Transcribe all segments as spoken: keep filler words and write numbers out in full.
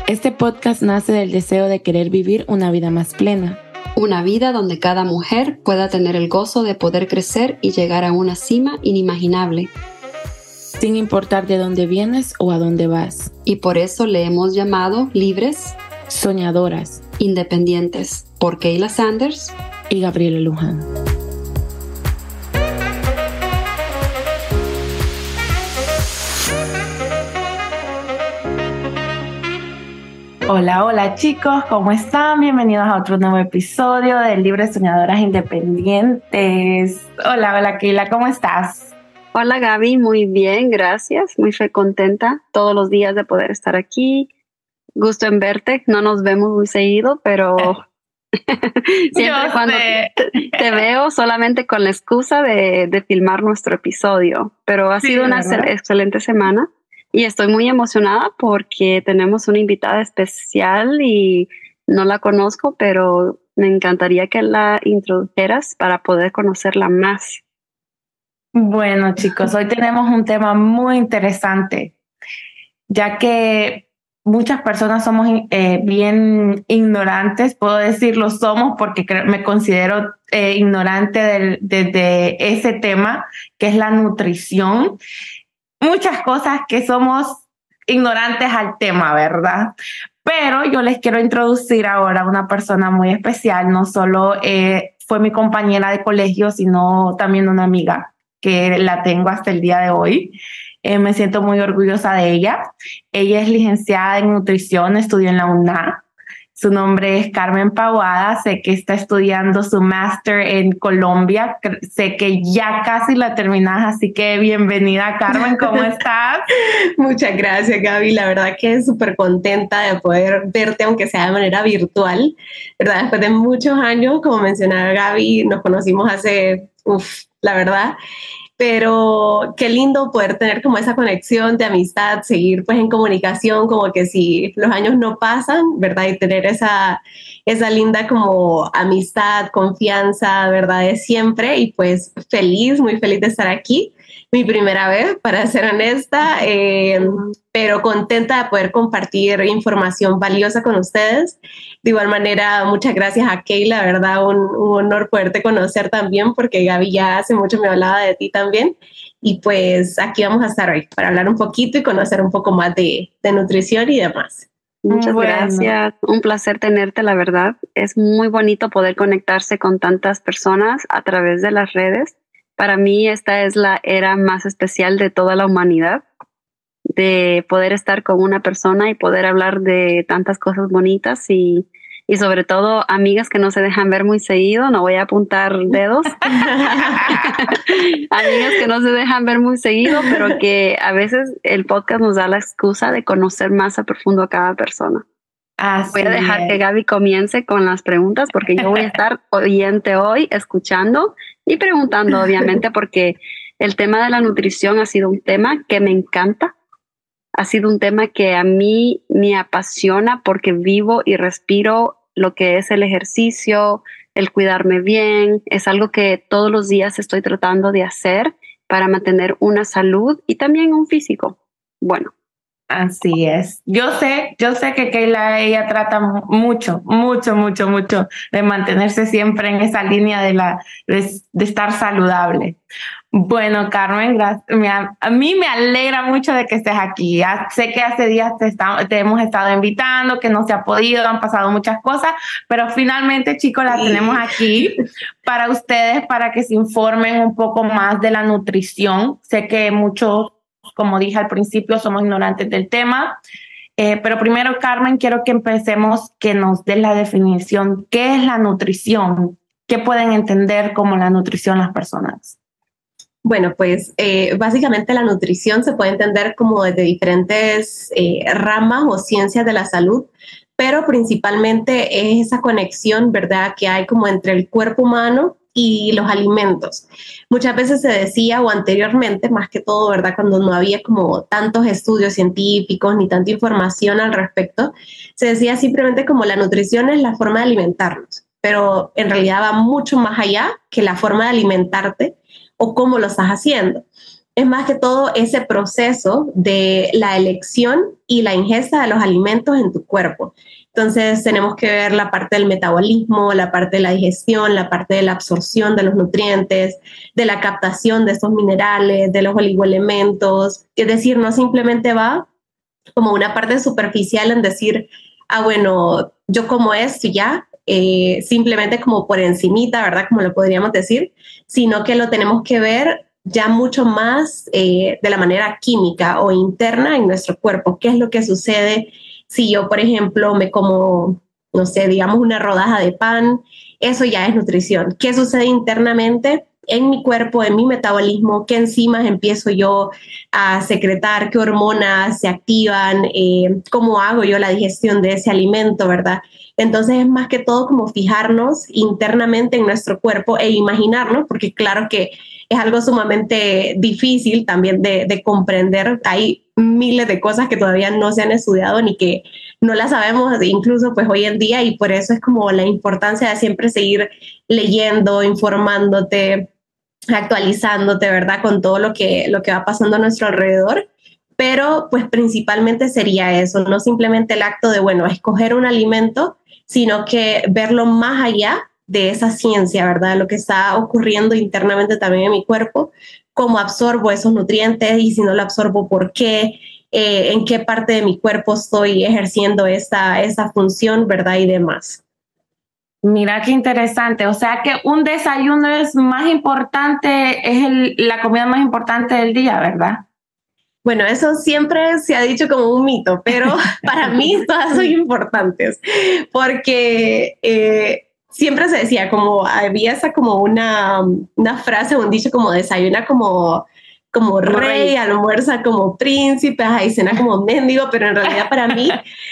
Este podcast nace del deseo de querer vivir una vida más plena. Una vida donde cada mujer pueda tener el gozo de poder crecer y llegar a una cima inimaginable. Sin importar de dónde vienes o a dónde vas. Y por eso le hemos llamado Libres, Soñadoras, Independientes, por Kayla Sanders y Gabriela Luján. Hola, hola chicos, ¿cómo están? Bienvenidos a otro nuevo episodio de Libres Soñadoras Independientes. Hola, hola Kayla, ¿cómo estás? Hola Gaby, muy bien, gracias. Muy fe- contenta todos los días de poder estar aquí. Gusto en verte, no nos vemos muy seguido, pero siempre Yo cuando sé. te, te veo solamente con la excusa de, de filmar nuestro episodio. Pero ha Sí, sido una ¿verdad? excel- excelente semana. Y estoy muy emocionada porque tenemos una invitada especial y no la conozco, pero me encantaría que la introdujeras para poder conocerla más. Bueno chicos, hoy tenemos un tema muy interesante, ya que muchas personas somos eh, bien ignorantes, puedo decirlo somos porque creo- me considero eh, ignorante del- de, de ese tema, que es la nutrición. Muchas cosas que somos ignorantes al tema, ¿verdad? Pero yo les quiero introducir ahora a una persona muy especial, no solo eh, fue mi compañera de colegio, sino también una amiga que la tengo hasta el día de hoy. Eh, me siento muy orgullosa de ella. Ella es licenciada en nutrición, estudió en la U N A. Su nombre es Carmen Pavada, sé que está estudiando su máster en Colombia, sé que ya casi la terminas, así que bienvenida Carmen, ¿cómo estás? Muchas gracias, Gaby. La verdad que súper contenta de poder verte, aunque sea de manera virtual, ¿verdad? Después de muchos años, como mencionaba Gaby, nos conocimos hace, uff, la verdad. Pero qué lindo poder tener como esa conexión de amistad, seguir pues en comunicación, como que si los años no pasan, ¿verdad? Y tener esa, esa linda como amistad, confianza, ¿verdad? De siempre y pues feliz, muy feliz de estar aquí. Mi primera vez, para ser honesta, eh, pero contenta de poder compartir información valiosa con ustedes. De igual manera, muchas gracias a Kayla, ¿verdad? Un, un honor poderte conocer también, porque Gaby ya hace mucho me hablaba de ti también. Y pues aquí vamos a estar hoy para hablar un poquito y conocer un poco más de, de nutrición y demás. Muchas Bueno. gracias. Un placer tenerte, la verdad. Es muy bonito poder conectarse con tantas personas a través de las redes. Para mí esta es la era más especial de toda la humanidad, de poder estar con una persona y poder hablar de tantas cosas bonitas y, y sobre todo amigas que no se dejan ver muy seguido. No voy a apuntar dedos. Amigas que no se dejan ver muy seguido, pero que a veces el podcast nos da la excusa de conocer más a profundo a cada persona. Así Voy a dejar es. que Gaby comience con las preguntas porque yo voy a estar oyente hoy, escuchando y preguntando, obviamente, porque el tema de la nutrición ha sido un tema que me encanta. Ha sido un tema que a mí me apasiona porque vivo y respiro lo que es el ejercicio, el cuidarme bien. Es algo que todos los días estoy tratando de hacer para mantener una salud y también un físico bueno. Así es. Yo sé, yo sé que Kayla, ella trata mucho, mucho, mucho, mucho de mantenerse siempre en esa línea de la de, de estar saludable. Bueno, Carmen, gracias. Me, a mí me alegra mucho de que estés aquí. Ya sé que hace días te, está, te hemos estado invitando, que no se ha podido, han pasado muchas cosas, pero finalmente, chicos, la Sí. tenemos aquí para ustedes, para que se informen un poco más de la nutrición. Sé que muchos, como dije al principio, somos ignorantes del tema. Eh, pero primero, Carmen, quiero que empecemos, que nos des la definición. ¿Qué es la nutrición? ¿Qué pueden entender como la nutrición las personas? Bueno, pues eh, básicamente la nutrición se puede entender como desde diferentes eh, ramas o ciencias de la salud, pero principalmente es esa conexión, ¿verdad?, que hay como entre el cuerpo humano y los alimentos. Muchas veces se decía, o anteriormente, más que todo, ¿verdad?, cuando no había como tantos estudios científicos ni tanta información al respecto, se decía simplemente como la nutrición es la forma de alimentarnos, pero en realidad va mucho más allá que la forma de alimentarte o cómo lo estás haciendo. es más que todo ese proceso de la elección y la ingesta de los alimentos en tu cuerpo. Entonces tenemos que ver la parte del metabolismo, la parte de la digestión, la parte de la absorción de los nutrientes, de la captación de estos minerales, de los oligoelementos. Es decir, no simplemente va como una parte superficial en decir, ah, bueno, yo como esto ya, eh, simplemente como por encimita, ¿verdad? Como lo podríamos decir, sino que lo tenemos que ver ya mucho más eh, de la manera química o interna en nuestro cuerpo. ¿Qué es lo que sucede si yo, por ejemplo, me como, no sé, digamos una rodaja de pan? Eso ya es nutrición. ¿Qué sucede internamente en mi cuerpo, en mi metabolismo? ¿Qué enzimas empiezo yo a secretar? ¿Qué hormonas se activan? Eh, ¿Cómo hago yo la digestión de ese alimento, verdad? Entonces es más que todo como fijarnos internamente en nuestro cuerpo e imaginarnos, porque claro que es algo sumamente difícil también de, de comprender. Hay miles de cosas que todavía no se han estudiado ni que no las sabemos incluso pues hoy en día, y por eso es como la importancia de siempre seguir leyendo, informándote, actualizándote, ¿verdad? Con todo lo que, lo que va pasando a nuestro alrededor. Pero pues principalmente sería eso, no simplemente el acto de, bueno, escoger un alimento, sino que verlo más allá de esa ciencia, ¿verdad? Lo que está ocurriendo internamente también en mi cuerpo, cómo absorbo esos nutrientes y si no lo absorbo, ¿por qué? Eh, en qué parte de mi cuerpo estoy ejerciendo esa, esa función, ¿verdad? Y demás. Mira qué interesante. O sea que un desayuno es más importante, es el, la comida más importante del día, ¿verdad? Bueno, eso siempre se ha dicho como un mito, pero para mí todas son importantes porque eh, siempre se decía como, había esa como una, una frase, un dicho como desayuna como, como rey, rey, almuerza como príncipe, y cena como mendigo, pero en realidad para mí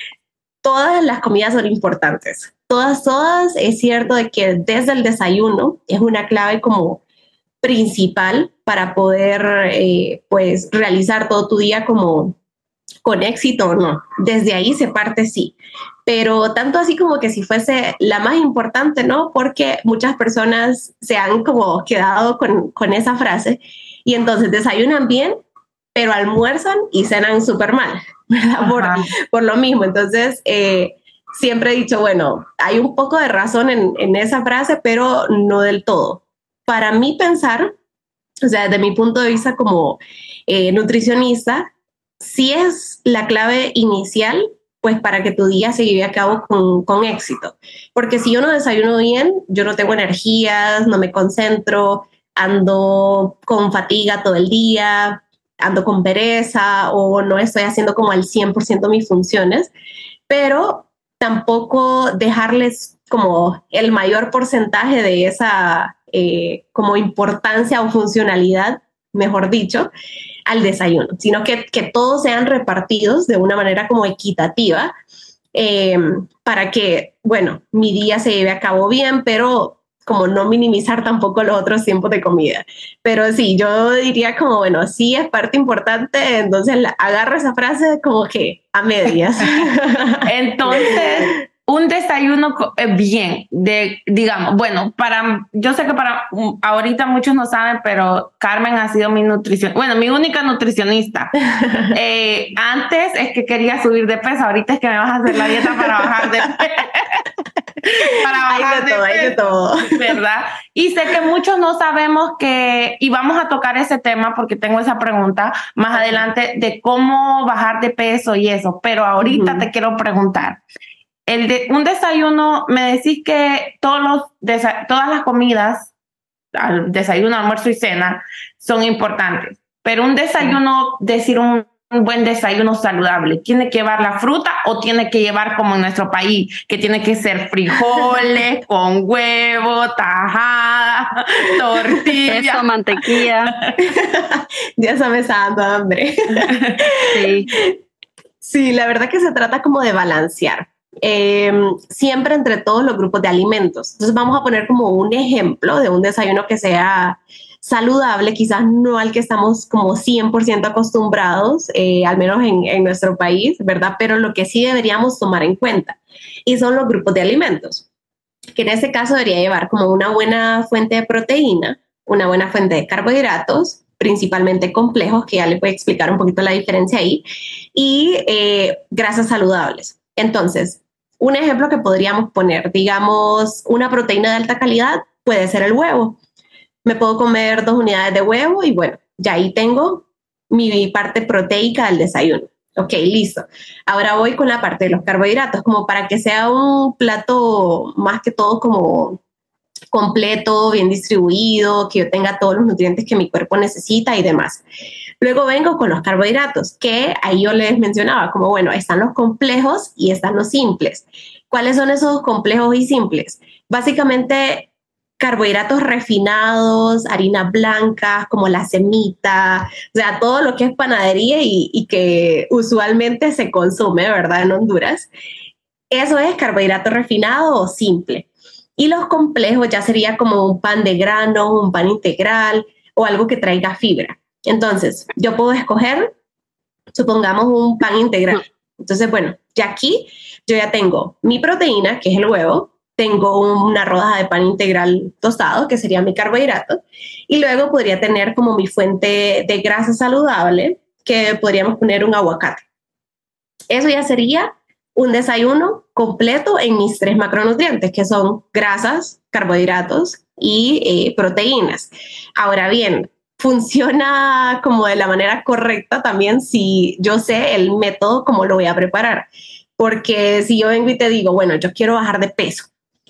todas las comidas son importantes. Todas, todas, es cierto de que desde el desayuno es una clave como principal para poder eh, pues realizar todo tu día como con éxito o no. Desde ahí se parte, sí, pero tanto así como que si fuese la más importante, ¿no? Porque muchas personas se han como quedado con, con esa frase y entonces desayunan bien, pero almuerzan y cenan súper mal, ¿verdad? Por, por lo mismo. Entonces, eh, siempre he dicho, bueno, hay un poco de razón en, en esa frase, pero no del todo. Para mí pensar, o sea, desde mi punto de vista como eh, nutricionista, sí es la clave inicial, pues para que tu día se lleve a cabo con, con éxito. Porque si yo no desayuno bien, yo no tengo energías, no me concentro, ando con fatiga todo el día, ando con pereza o no estoy haciendo como al cien por ciento mis funciones, pero tampoco dejarles como el mayor porcentaje de esa eh, como importancia o funcionalidad, mejor dicho, al desayuno, sino que, que todos sean repartidos de una manera como equitativa eh, para que, bueno, mi día se lleve a cabo bien, pero como no minimizar tampoco los otros tiempos de comida. Pero sí, yo diría como, bueno, sí es parte importante, entonces la, agarro esa frase como que a medias. Entonces, un desayuno bien, de, digamos, bueno, para, yo sé que para ahorita muchos no saben, pero Carmen ha sido mi nutrición, bueno, mi única nutricionista. Eh, antes es que quería subir de peso, ahorita es que me vas a hacer la dieta para bajar de peso. Para bajar hay de, de todo, peso, hay de todo, ¿verdad? Y sé que muchos no sabemos que, y vamos a tocar ese tema porque tengo esa pregunta más adelante de cómo bajar de peso y eso, pero ahorita uh-huh. te quiero preguntar. El de, un desayuno, me decís que todos los desa- todas las comidas, desayuno, almuerzo y cena, son importantes. Pero un desayuno, decir un, un buen desayuno saludable, ¿tiene que llevar la fruta o tiene que llevar como en nuestro país, que tiene que ser frijoles con huevo, tajada, tortilla? Queso, mantequilla. Ya se me está dando hambre. Sí. Sí, la verdad que se trata como de balancear. Eh, siempre entre todos los grupos de alimentos. Entonces vamos a poner como un ejemplo de un desayuno que sea saludable, quizás no al que estamos como cien por ciento acostumbrados, eh, al menos en, en nuestro país, ¿verdad? Pero lo que sí deberíamos tomar en cuenta y son los grupos de alimentos, que en este caso debería llevar como una buena fuente de proteína, una buena fuente de carbohidratos, principalmente complejos, que ya le voy a explicar un poquito la diferencia ahí, y eh, grasas saludables. Entonces, un ejemplo que podríamos poner, digamos, una proteína de alta calidad puede ser el huevo. Me puedo comer dos unidades de huevo y bueno, ya ahí tengo mi parte proteica del desayuno. Ok, listo. Ahora voy con la parte de los carbohidratos, como para que sea un plato más que todo como completo, bien distribuido, que yo tenga todos los nutrientes que mi cuerpo necesita y demás. Luego vengo con los carbohidratos, que ahí yo les mencionaba, como bueno, están los complejos y están los simples. ¿Cuáles son esos complejos y simples? Básicamente carbohidratos refinados, harinas blancas, como la semita, o sea, todo lo que es panadería y, y que usualmente se consume, ¿verdad? En Honduras. Eso es carbohidrato refinado o simple. Y los complejos ya sería como un pan de grano, un pan integral o algo que traiga fibra. Entonces, yo puedo escoger, supongamos, un pan integral. Entonces, bueno, ya aquí yo ya tengo mi proteína, que es el huevo, tengo una rodaja de pan integral tostado, que sería mi carbohidrato, y luego podría tener como mi fuente de grasa saludable, que podríamos poner un aguacate. Eso ya sería un desayuno completo en mis tres macronutrientes, que son grasas, carbohidratos y eh, proteínas. Ahora bien, funciona como de la manera correcta también si yo sé el método cómo lo voy a preparar. Porque si yo vengo y te digo, bueno, yo quiero bajar de peso,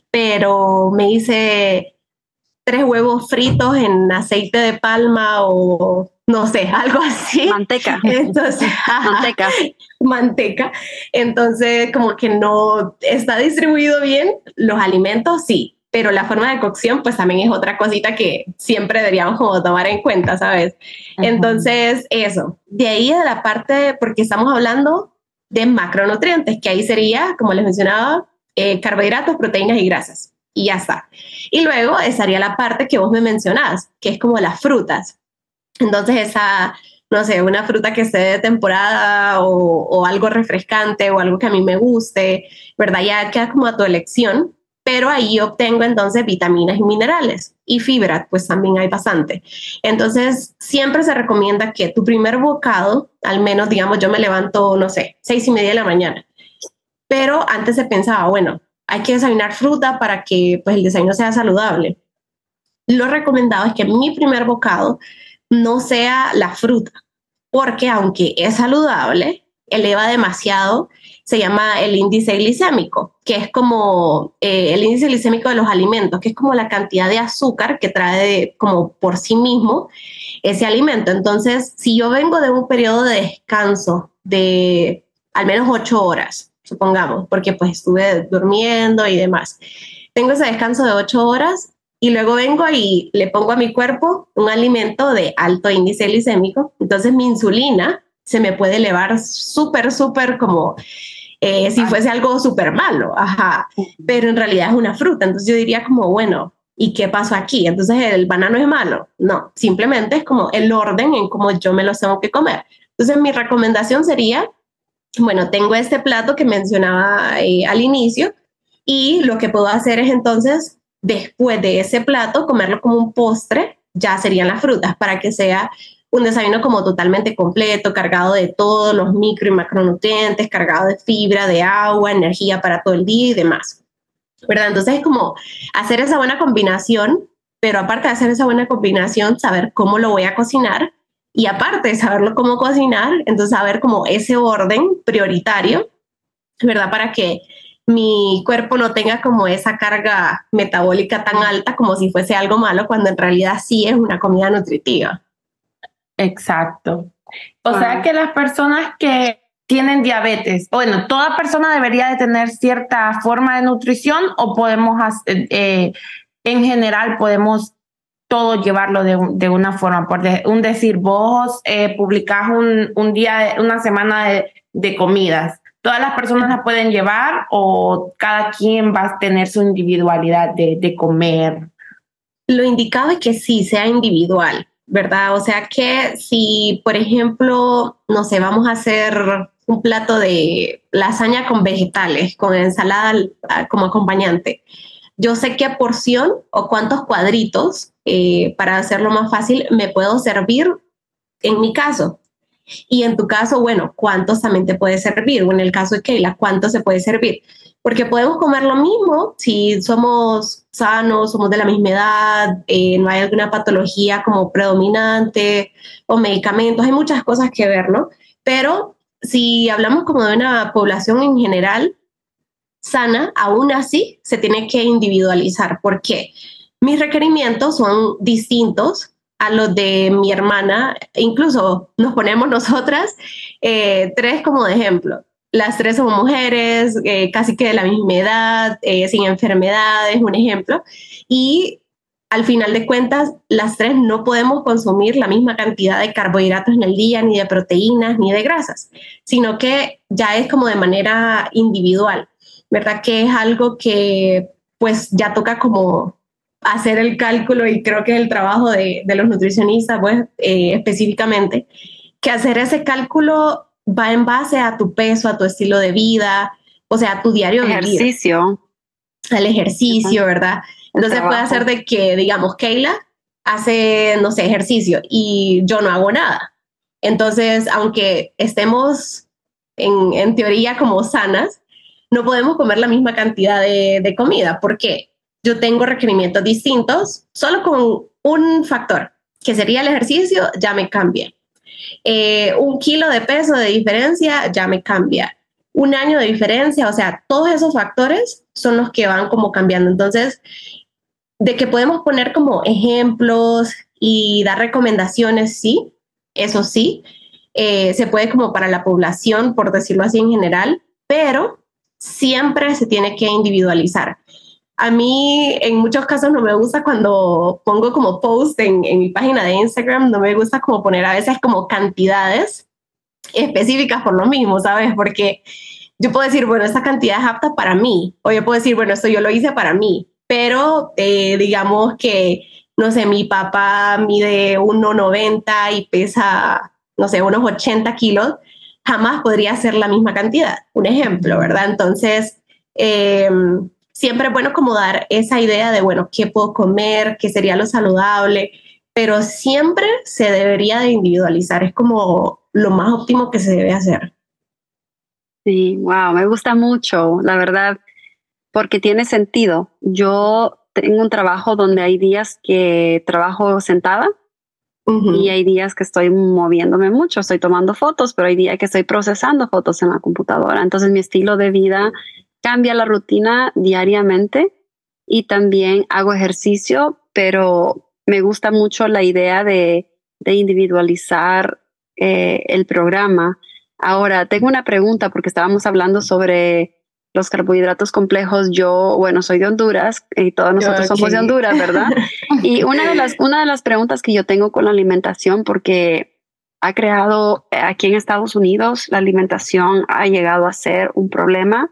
pero me hice tres huevos fritos en aceite de palma o no sé, algo así. Manteca. Entonces, manteca. Manteca. Entonces, como que no está distribuido bien los alimentos, sí, pero la forma de cocción, pues también es otra cosita que siempre deberíamos como tomar en cuenta, ¿sabes? Uh-huh. Entonces, eso. De ahí de la parte, porque estamos hablando de macronutrientes, que ahí sería, como les mencionaba, eh, carbohidratos, proteínas y grasas. Y ya está. Y luego estaría la parte que vos me mencionás, que es como las frutas. Entonces esa, no sé, una fruta que esté de temporada o, o algo refrescante o algo que a mí me guste, ¿verdad? Ya queda como a tu elección, pero ahí obtengo entonces vitaminas y minerales y fibra, pues también hay bastante. Entonces siempre se recomienda que tu primer bocado, al menos digamos yo me levanto, no sé, seis y media de la mañana, pero antes se pensaba, bueno, hay que desayunar fruta para que pues el desayuno sea saludable. Lo recomendado es que mi primer bocado no sea la fruta, porque aunque es saludable, eleva demasiado, se llama el índice glicémico, que es como eh, el índice glicémico de los alimentos, que es como la cantidad de azúcar que trae de, como por sí mismo ese alimento. Entonces, si yo vengo de un periodo de descanso de al menos ocho horas, supongamos, porque pues estuve durmiendo y demás, tengo ese descanso de ocho horas, y luego vengo y le pongo a mi cuerpo un alimento de alto índice glicémico, entonces mi insulina se me puede elevar súper, súper como eh, si fuese algo súper malo, ajá, pero en realidad es una fruta, entonces yo diría como, bueno, ¿y qué pasó aquí? Entonces el banano es malo, no, simplemente es como el orden en cómo yo me los tengo que comer. Entonces mi recomendación sería, bueno, tengo este plato que mencionaba eh, al inicio, y lo que puedo hacer es entonces, después de ese plato, comerlo como un postre, ya serían las frutas, para que sea un desayuno como totalmente completo, cargado de todos los micro y macronutrientes, cargado de fibra, de agua, energía para todo el día y demás, ¿verdad? Entonces es como hacer esa buena combinación, pero aparte de hacer esa buena combinación, saber cómo lo voy a cocinar, y aparte de saberlo cómo cocinar, entonces saber como ese orden prioritario, ¿verdad? Para que mi cuerpo no tenga como esa carga metabólica tan alta como si fuese algo malo, cuando en realidad sí es una comida nutritiva. Exacto. O ah. sea que las personas que tienen diabetes, bueno, ¿toda persona debería de tener cierta forma de nutrición o podemos, hacer, eh, en general, podemos todo llevarlo de, de una forma? Por de, un decir, vos eh, publicás un, un día, una semana de, de comidas. ¿Todas las personas la pueden llevar o cada quien va a tener su individualidad de, de comer? Lo indicado es que sí sea individual, ¿verdad? O sea que si, por ejemplo, no sé, vamos a hacer un plato de lasaña con vegetales, con ensalada como acompañante. Yo sé qué porción o cuántos cuadritos eh, para hacerlo más fácil, me puedo servir en mi caso. Y en tu caso, bueno, ¿cuántos también te puede servir? O en el caso de Keila, ¿cuánto se puede servir? Porque podemos comer lo mismo si somos sanos, somos de la misma edad, eh, no hay alguna patología como predominante o medicamentos, hay muchas cosas que ver, ¿no? Pero si hablamos como de una población en general sana, aún así se tiene que individualizar. ¿Por qué? Mis requerimientos son distintos a los de mi hermana, incluso nos ponemos nosotras eh, tres como de ejemplo. Las tres somos mujeres, eh, casi que de la misma edad, eh, sin enfermedades, un ejemplo. Y al final de cuentas, las tres no podemos consumir la misma cantidad de carbohidratos en el día, ni de proteínas, ni de grasas, sino que ya es como de manera individual, ¿verdad? Que es algo que pues ya toca como hacer el cálculo, y creo que es el trabajo de, de los nutricionistas, pues eh, específicamente, que hacer ese cálculo va en base a tu peso, a tu estilo de vida, o sea, a tu diario vivir. Ejercicio. Al ejercicio, uh-huh. ¿verdad? Entonces puede hacer de que, digamos, Keila hace, no sé, ejercicio y yo no hago nada. Entonces, aunque estemos en, en teoría como sanas, no podemos comer la misma cantidad de, de comida. ¿Por qué? Yo tengo requerimientos distintos, solo con un factor, que sería el ejercicio, ya me cambia. Eh, un kilo de peso de diferencia, ya me cambia. Un año de diferencia, o sea, todos esos factores son los que van como cambiando. Entonces, de que podemos poner como ejemplos y dar recomendaciones, sí, eso sí, eh, se puede como para la población, por decirlo así en general, pero siempre se tiene que individualizar. A mí en muchos casos no me gusta cuando pongo como post en, en mi página de Instagram, no me gusta como poner a veces como cantidades específicas por lo mismo, ¿sabes? Porque yo puedo decir, bueno, esta cantidad es apta para mí, o yo puedo decir, bueno, esto yo lo hice para mí, pero eh, digamos que, no sé, mi papá mide uno noventa y pesa, no sé, unos ochenta kilos, jamás podría ser la misma cantidad, un ejemplo, ¿verdad? Entonces, eh, siempre es bueno como dar esa idea de, bueno, qué puedo comer, qué sería lo saludable, pero siempre se debería de individualizar, es como lo más óptimo que se debe hacer. Sí, wow, me gusta mucho, la verdad, porque tiene sentido. Yo tengo un trabajo donde hay días que trabajo sentada uh-huh. y hay días que estoy moviéndome mucho, estoy tomando fotos, pero hay días que estoy procesando fotos en la computadora. Entonces mi estilo de vida cambia la rutina diariamente y también hago ejercicio, pero me gusta mucho la idea de, de individualizar eh, el programa. Ahora, tengo una pregunta porque estábamos hablando sobre los carbohidratos complejos. Yo, bueno, soy de Honduras y todos nosotros okay. somos de Honduras, ¿verdad? Y una de las, una de las preguntas que yo tengo con la alimentación, porque ha creado aquí en Estados Unidos, la alimentación ha llegado a ser un problema.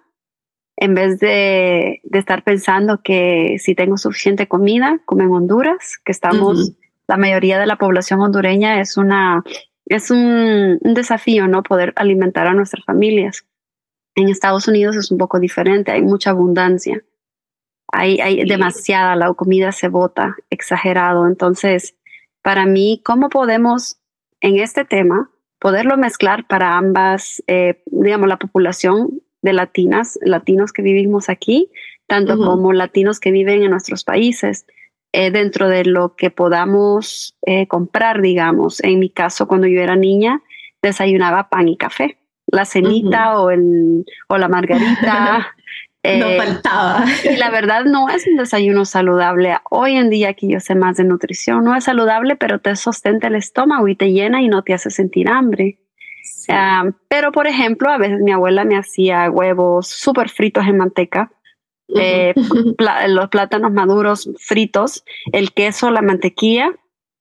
En vez de, de estar pensando que si tengo suficiente comida, como en Honduras, que estamos, uh-huh. la mayoría de la población hondureña es una, es un, un desafío, ¿no? Poder alimentar a nuestras familias. En Estados Unidos es un poco diferente, hay mucha abundancia, hay, hay sí. demasiada, la comida se bota, exagerado. Entonces, para mí, ¿cómo podemos en este tema poderlo mezclar para ambas, eh, digamos, la población de latinas, latinos que vivimos aquí, tanto uh-huh. como latinos que viven en nuestros países, eh, dentro de lo que podamos eh, comprar, digamos? En mi caso, cuando yo era niña, desayunaba pan y café, la cenita uh-huh. o, el, o la margarita. eh, no faltaba. Y la verdad no es un desayuno saludable. Hoy en día que yo sé más de nutrición, no es saludable, pero te sostenta el estómago y te llena y no te hace sentir hambre. Sí. Um, pero, por ejemplo, a veces mi abuela me hacía huevos súper fritos en manteca, uh-huh. eh, pl- los plátanos maduros fritos, el queso, la mantequilla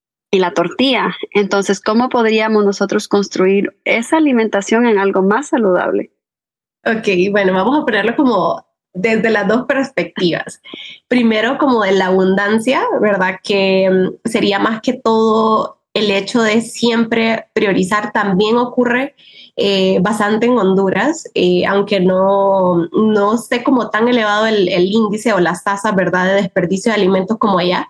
y la tortilla. Entonces, ¿cómo podríamos nosotros construir esa alimentación en algo más saludable? Ok, bueno, vamos a ponerlo como desde las dos perspectivas. Primero, como de la abundancia, ¿verdad? Que um, sería más que todo el hecho de siempre priorizar. También ocurre eh, bastante en Honduras, eh, aunque no, no esté como tan elevado el, el índice o las tasas, ¿verdad?, de desperdicio de alimentos como allá,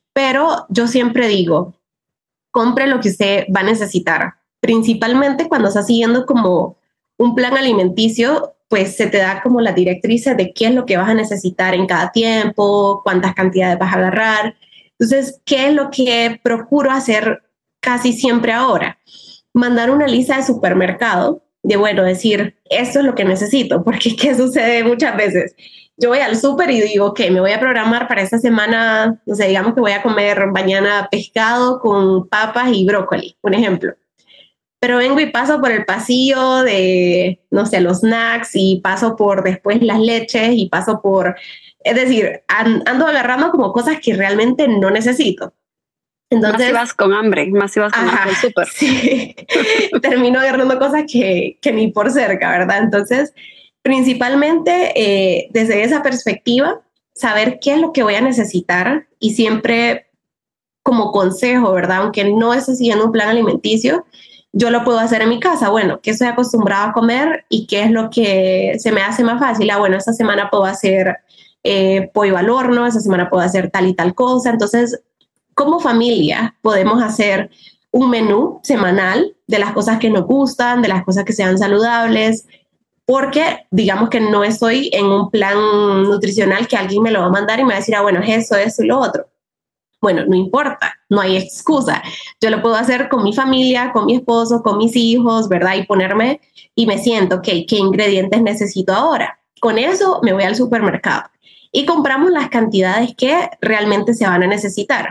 pero yo siempre digo, compre lo que usted va a necesitar, principalmente cuando está siguiendo como un plan alimenticio, pues se te da como las directrices de qué es lo que vas a necesitar en cada tiempo, cuántas cantidades vas a agarrar. Entonces, ¿qué es lo que procuro hacer casi siempre ahora? Mandar una lista de supermercado, de bueno, decir, esto es lo que necesito, porque ¿qué sucede muchas veces? Yo voy al súper y digo, ok, me voy a programar para esta semana, no sé, digamos que voy a comer mañana pescado con papas y brócoli, un ejemplo. Pero vengo y paso por el pasillo de, no sé, los snacks y paso por después las leches y paso por, es decir, ando agarrando como cosas que realmente no necesito. Entonces, más si vas con hambre, más si vas con ajá, hambre al súper. Sí. Termino agarrando cosas que, que ni por cerca, ¿verdad? Entonces, principalmente eh, desde esa perspectiva, saber qué es lo que voy a necesitar y siempre como consejo, ¿verdad? Aunque no esté siguiendo un plan alimenticio, yo lo puedo hacer en mi casa. Bueno, ¿qué estoy acostumbrada a comer y qué es lo que se me hace más fácil? Ah, bueno, esta semana puedo hacer eh, pollo al horno, esta semana puedo hacer tal y tal cosa. Entonces, como familia podemos hacer un menú semanal de las cosas que nos gustan, de las cosas que sean saludables, porque digamos que no estoy en un plan nutricional que alguien me lo va a mandar y me va a decir, ah, bueno, es eso, eso y lo otro. Bueno, no importa, no hay excusa. Yo lo puedo hacer con mi familia, con mi esposo, con mis hijos, ¿verdad? Y ponerme y me siento, ok, ¿qué ingredientes necesito ahora? Con eso me voy al supermercado y compramos las cantidades que realmente se van a necesitar.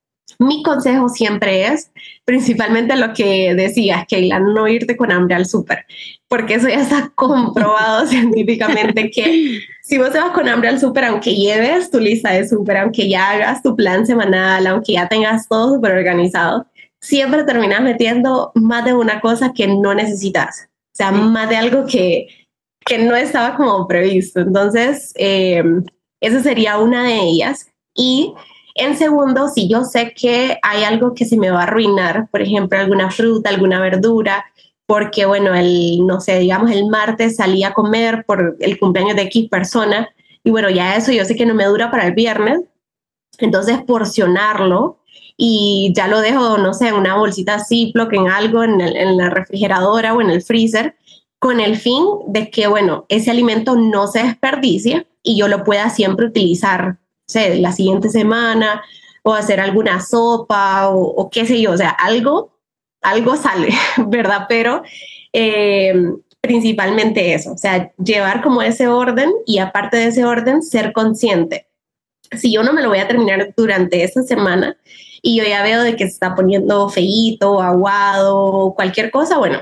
Mi consejo siempre es, principalmente lo que decías, Keila, no irte con hambre al súper, porque eso ya está comprobado científicamente que si vos te vas con hambre al súper, aunque lleves tu lista de súper, aunque ya hagas tu plan semanal, aunque ya tengas todo súper organizado, siempre terminas metiendo más de una cosa que no necesitas, o sea, más de algo que, que no estaba como previsto. Entonces, eh, esa sería una de ellas. Y en segundo, si yo sé que hay algo que se me va a arruinar, por ejemplo, alguna fruta, alguna verdura, porque, bueno, el, no sé, digamos, el martes salí a comer por el cumpleaños de X persona y, bueno, ya eso yo sé que no me dura para el viernes, entonces porcionarlo y ya lo dejo, no sé, en una bolsita Ziploc, en algo, en, el, en la refrigeradora o en el freezer, con el fin de que, bueno, ese alimento no se desperdicie y yo lo pueda siempre utilizar, sé, la siguiente semana o hacer alguna sopa o, o qué sé yo, o sea, algo, algo sale, ¿verdad? Pero eh, principalmente eso, o sea, llevar como ese orden y aparte de ese orden, ser consciente. Si yo no me lo voy a terminar durante esta semana y yo ya veo de que se está poniendo feíto, aguado, cualquier cosa, bueno,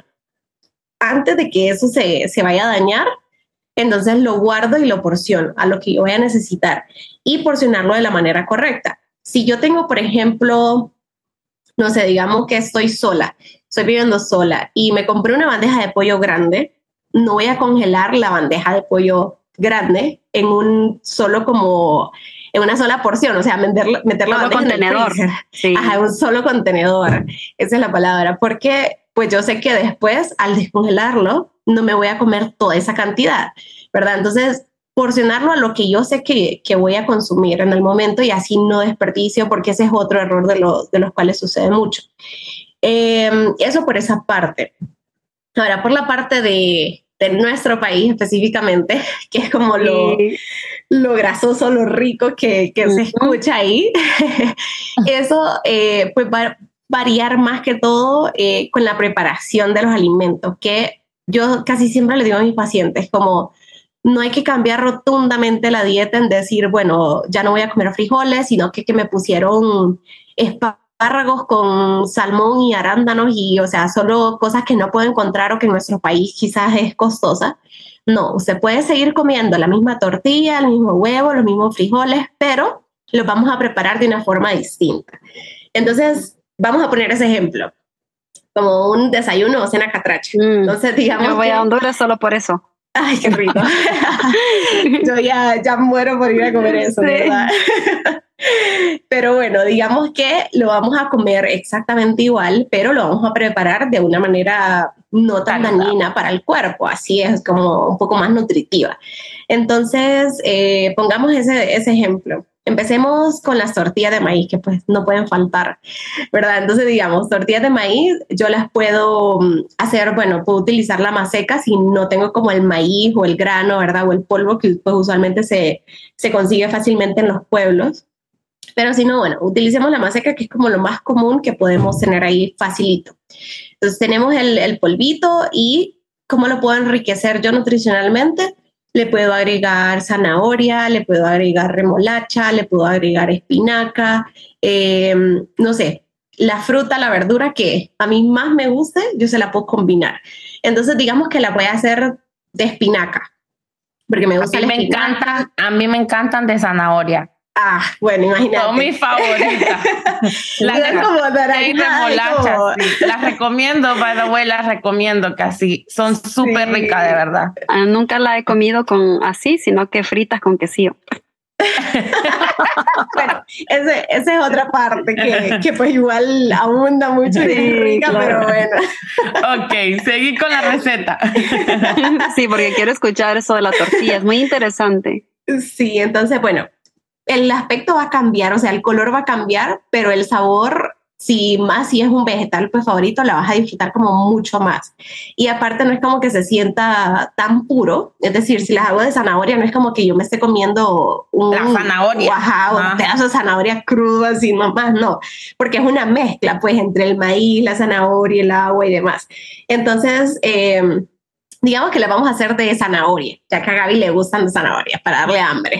antes de que eso se, se vaya a dañar, entonces lo guardo y lo porciono a lo que yo voy a necesitar y porcionarlo de la manera correcta. Si yo tengo, por ejemplo, no sé, digamos que estoy sola, estoy viviendo sola y me compré una bandeja de pollo grande, no voy a congelar la bandeja de pollo grande en un solo como, en una sola porción, o sea, meterlo, meter la bandeja contenedor. En el sí. Ajá, un solo contenedor, esa es la palabra, porque pues yo sé que después al descongelarlo no me voy a comer toda esa cantidad, ¿verdad? Entonces, porcionarlo a lo que yo sé que, que voy a consumir en el momento y así no desperdicio, porque ese es otro error de, lo, de los cuales sucede mucho. Eh, eso por esa parte. Ahora, por la parte de, de nuestro país específicamente, que es como lo, sí. lo grasoso, lo rico que, que uh-huh. se escucha ahí, eso eh, pues va variar más que todo eh, con la preparación de los alimentos, que yo casi siempre le digo a mis pacientes, como no hay que cambiar rotundamente la dieta en decir, bueno, ya no voy a comer frijoles, sino que, que me pusieron espárragos con salmón y arándanos y, o sea, solo cosas que no puedo encontrar o que en nuestro país quizás es costosa. No, usted puede seguir comiendo la misma tortilla, el mismo huevo, los mismos frijoles, pero los vamos a preparar de una forma distinta. Entonces, vamos a poner ese ejemplo, como un desayuno o cena catracha. Mm. Entonces, digamos yo voy que, a Honduras solo por eso. Ay, qué rico. Yo ya, ya muero por ir a comer eso, sí. ¿verdad? Pero bueno, digamos que lo vamos a comer exactamente igual, pero lo vamos a preparar de una manera no tan dañina para el cuerpo, así es como un poco más nutritiva. Entonces, eh, pongamos ese, ese ejemplo. empecemos con las tortillas de maíz, que pues no pueden faltar, ¿verdad? Entonces, digamos, tortillas de maíz, yo las puedo hacer, bueno, puedo utilizar la maseca si no tengo como el maíz o el grano, ¿verdad? O el polvo que pues usualmente se, se consigue fácilmente en los pueblos. Pero si no, bueno, utilicemos la maseca, que es como lo más común que podemos tener ahí facilito. Entonces tenemos el, el polvito y ¿cómo lo puedo enriquecer yo nutricionalmente? Le puedo agregar zanahoria, le puedo agregar remolacha, le puedo agregar espinaca, eh, no sé, la fruta, la verdura que a mí más me guste, yo se la puedo combinar. Entonces digamos que la voy a hacer de espinaca, porque me gusta a mí la me espinaca. encantan, a mí me encantan de zanahoria. Ah, bueno, imagínate. Son mis favoritas. Las de como remolachas, como... sí. Las recomiendo, by the way, las recomiendo que así. Son súper sí. ricas, de verdad. Ah, nunca la he comido con así, sino que fritas con quesillo. Bueno, ese, esa es otra parte que, que pues igual abunda mucho y es rica, claro. Pero bueno. Ok, seguí con la receta. Sí, porque quiero escuchar eso de la tortilla, es muy interesante. Sí, entonces, bueno, el aspecto va a cambiar, o sea, el color va a cambiar, pero el sabor, si más si es un vegetal pues favorito, la vas a disfrutar como mucho más. Y aparte no es como que se sienta tan puro, es decir, si las hago de zanahoria no es como que yo me esté comiendo un, la zanahoria, ajá, un ajá. pedazo de zanahoria crudo así nomás, no, porque es una mezcla pues entre el maíz, la zanahoria, el agua y demás. Entonces, eh, digamos que le vamos a hacer de zanahoria, ya que a Gaby le gustan de zanahoria para darle hambre.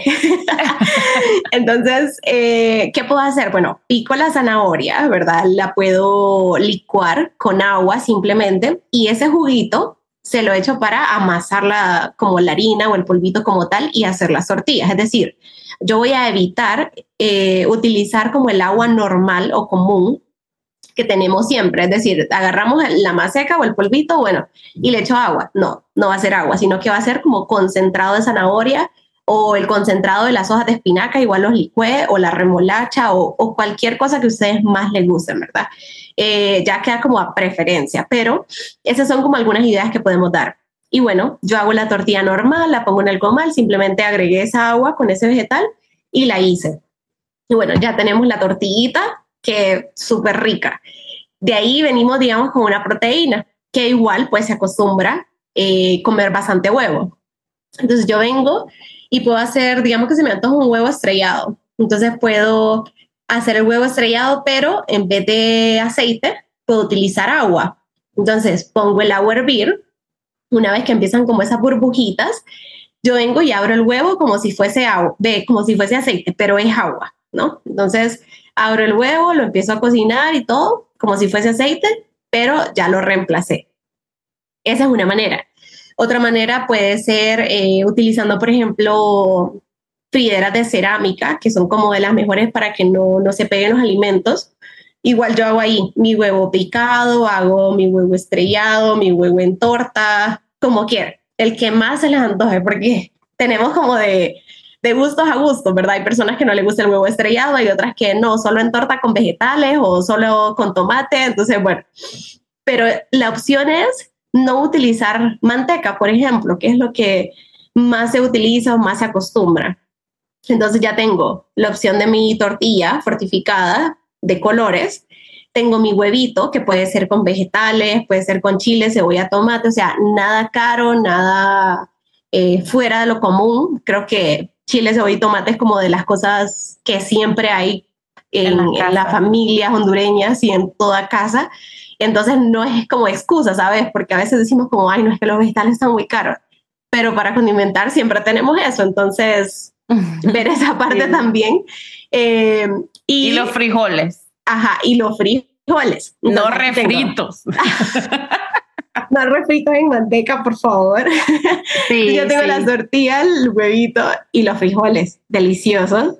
Entonces, eh, ¿qué puedo hacer? Bueno, pico la zanahoria, ¿verdad? La puedo licuar con agua simplemente y ese juguito se lo echo para amasarla como la harina o el polvito como tal y hacer las tortillas. Es decir, yo voy a evitar eh, utilizar como el agua normal o común que tenemos siempre, es decir, agarramos la maseca o el polvito, bueno, y le echo agua. No, no va a ser agua, sino que va a ser como concentrado de zanahoria o el concentrado de las hojas de espinaca, igual los licué, o la remolacha o, o cualquier cosa que a ustedes más les gusten, ¿verdad? Eh, ya queda como a preferencia, pero esas son como algunas ideas que podemos dar. Y bueno, yo hago la tortilla normal, la pongo en el comal, simplemente agregué esa agua con ese vegetal y la hice. Y bueno, ya tenemos la tortillita, que es súper rica. De ahí venimos, digamos, con una proteína, que igual pues se acostumbra eh, comer bastante huevo. Entonces yo vengo y puedo hacer, digamos que se me antoja un huevo estrellado. Entonces puedo hacer el huevo estrellado, pero en vez de aceite, puedo utilizar agua. Entonces pongo el agua a hervir. Una vez que empiezan como esas burbujitas, yo vengo y abro el huevo como si fuese agua, de, como si fuese aceite, pero es agua, ¿no? Entonces abro el huevo, lo empiezo a cocinar y todo, como si fuese aceite, pero ya lo reemplacé. Esa es una manera. Otra manera puede ser eh, utilizando, por ejemplo, frideras de cerámica, que son como de las mejores para que no, no se peguen los alimentos. Igual yo hago ahí mi huevo picado, hago mi huevo estrellado, mi huevo en torta, como quiera. El que más se les antoje, porque tenemos como de... de gustos a gustos, ¿verdad? Hay personas que no les gusta el huevo estrellado, hay otras que no, solo en torta con vegetales o solo con tomate, entonces, bueno. Pero la opción es no utilizar manteca, por ejemplo, que es lo que más se utiliza o más se acostumbra. Entonces ya tengo la opción de mi tortilla fortificada de colores, tengo mi huevito, que puede ser con vegetales, puede ser con chile, cebolla, tomate, o sea, nada caro, nada eh, fuera de lo común. Creo que chile, cebolla y tomate es como de las cosas que siempre hay en, en, la en las familias hondureñas y en toda casa. Entonces no es como excusa, ¿sabes? Porque a veces decimos como, ay, no, es que los vegetales están muy caros. Pero para condimentar siempre tenemos eso. Entonces, ver esa parte sí. también. Eh, y, y los frijoles. Ajá, y los frijoles. Entonces, no refritos. No refritos en manteca, por favor. Sí, yo tengo sí. las tortillas, el huevito y los frijoles deliciosos,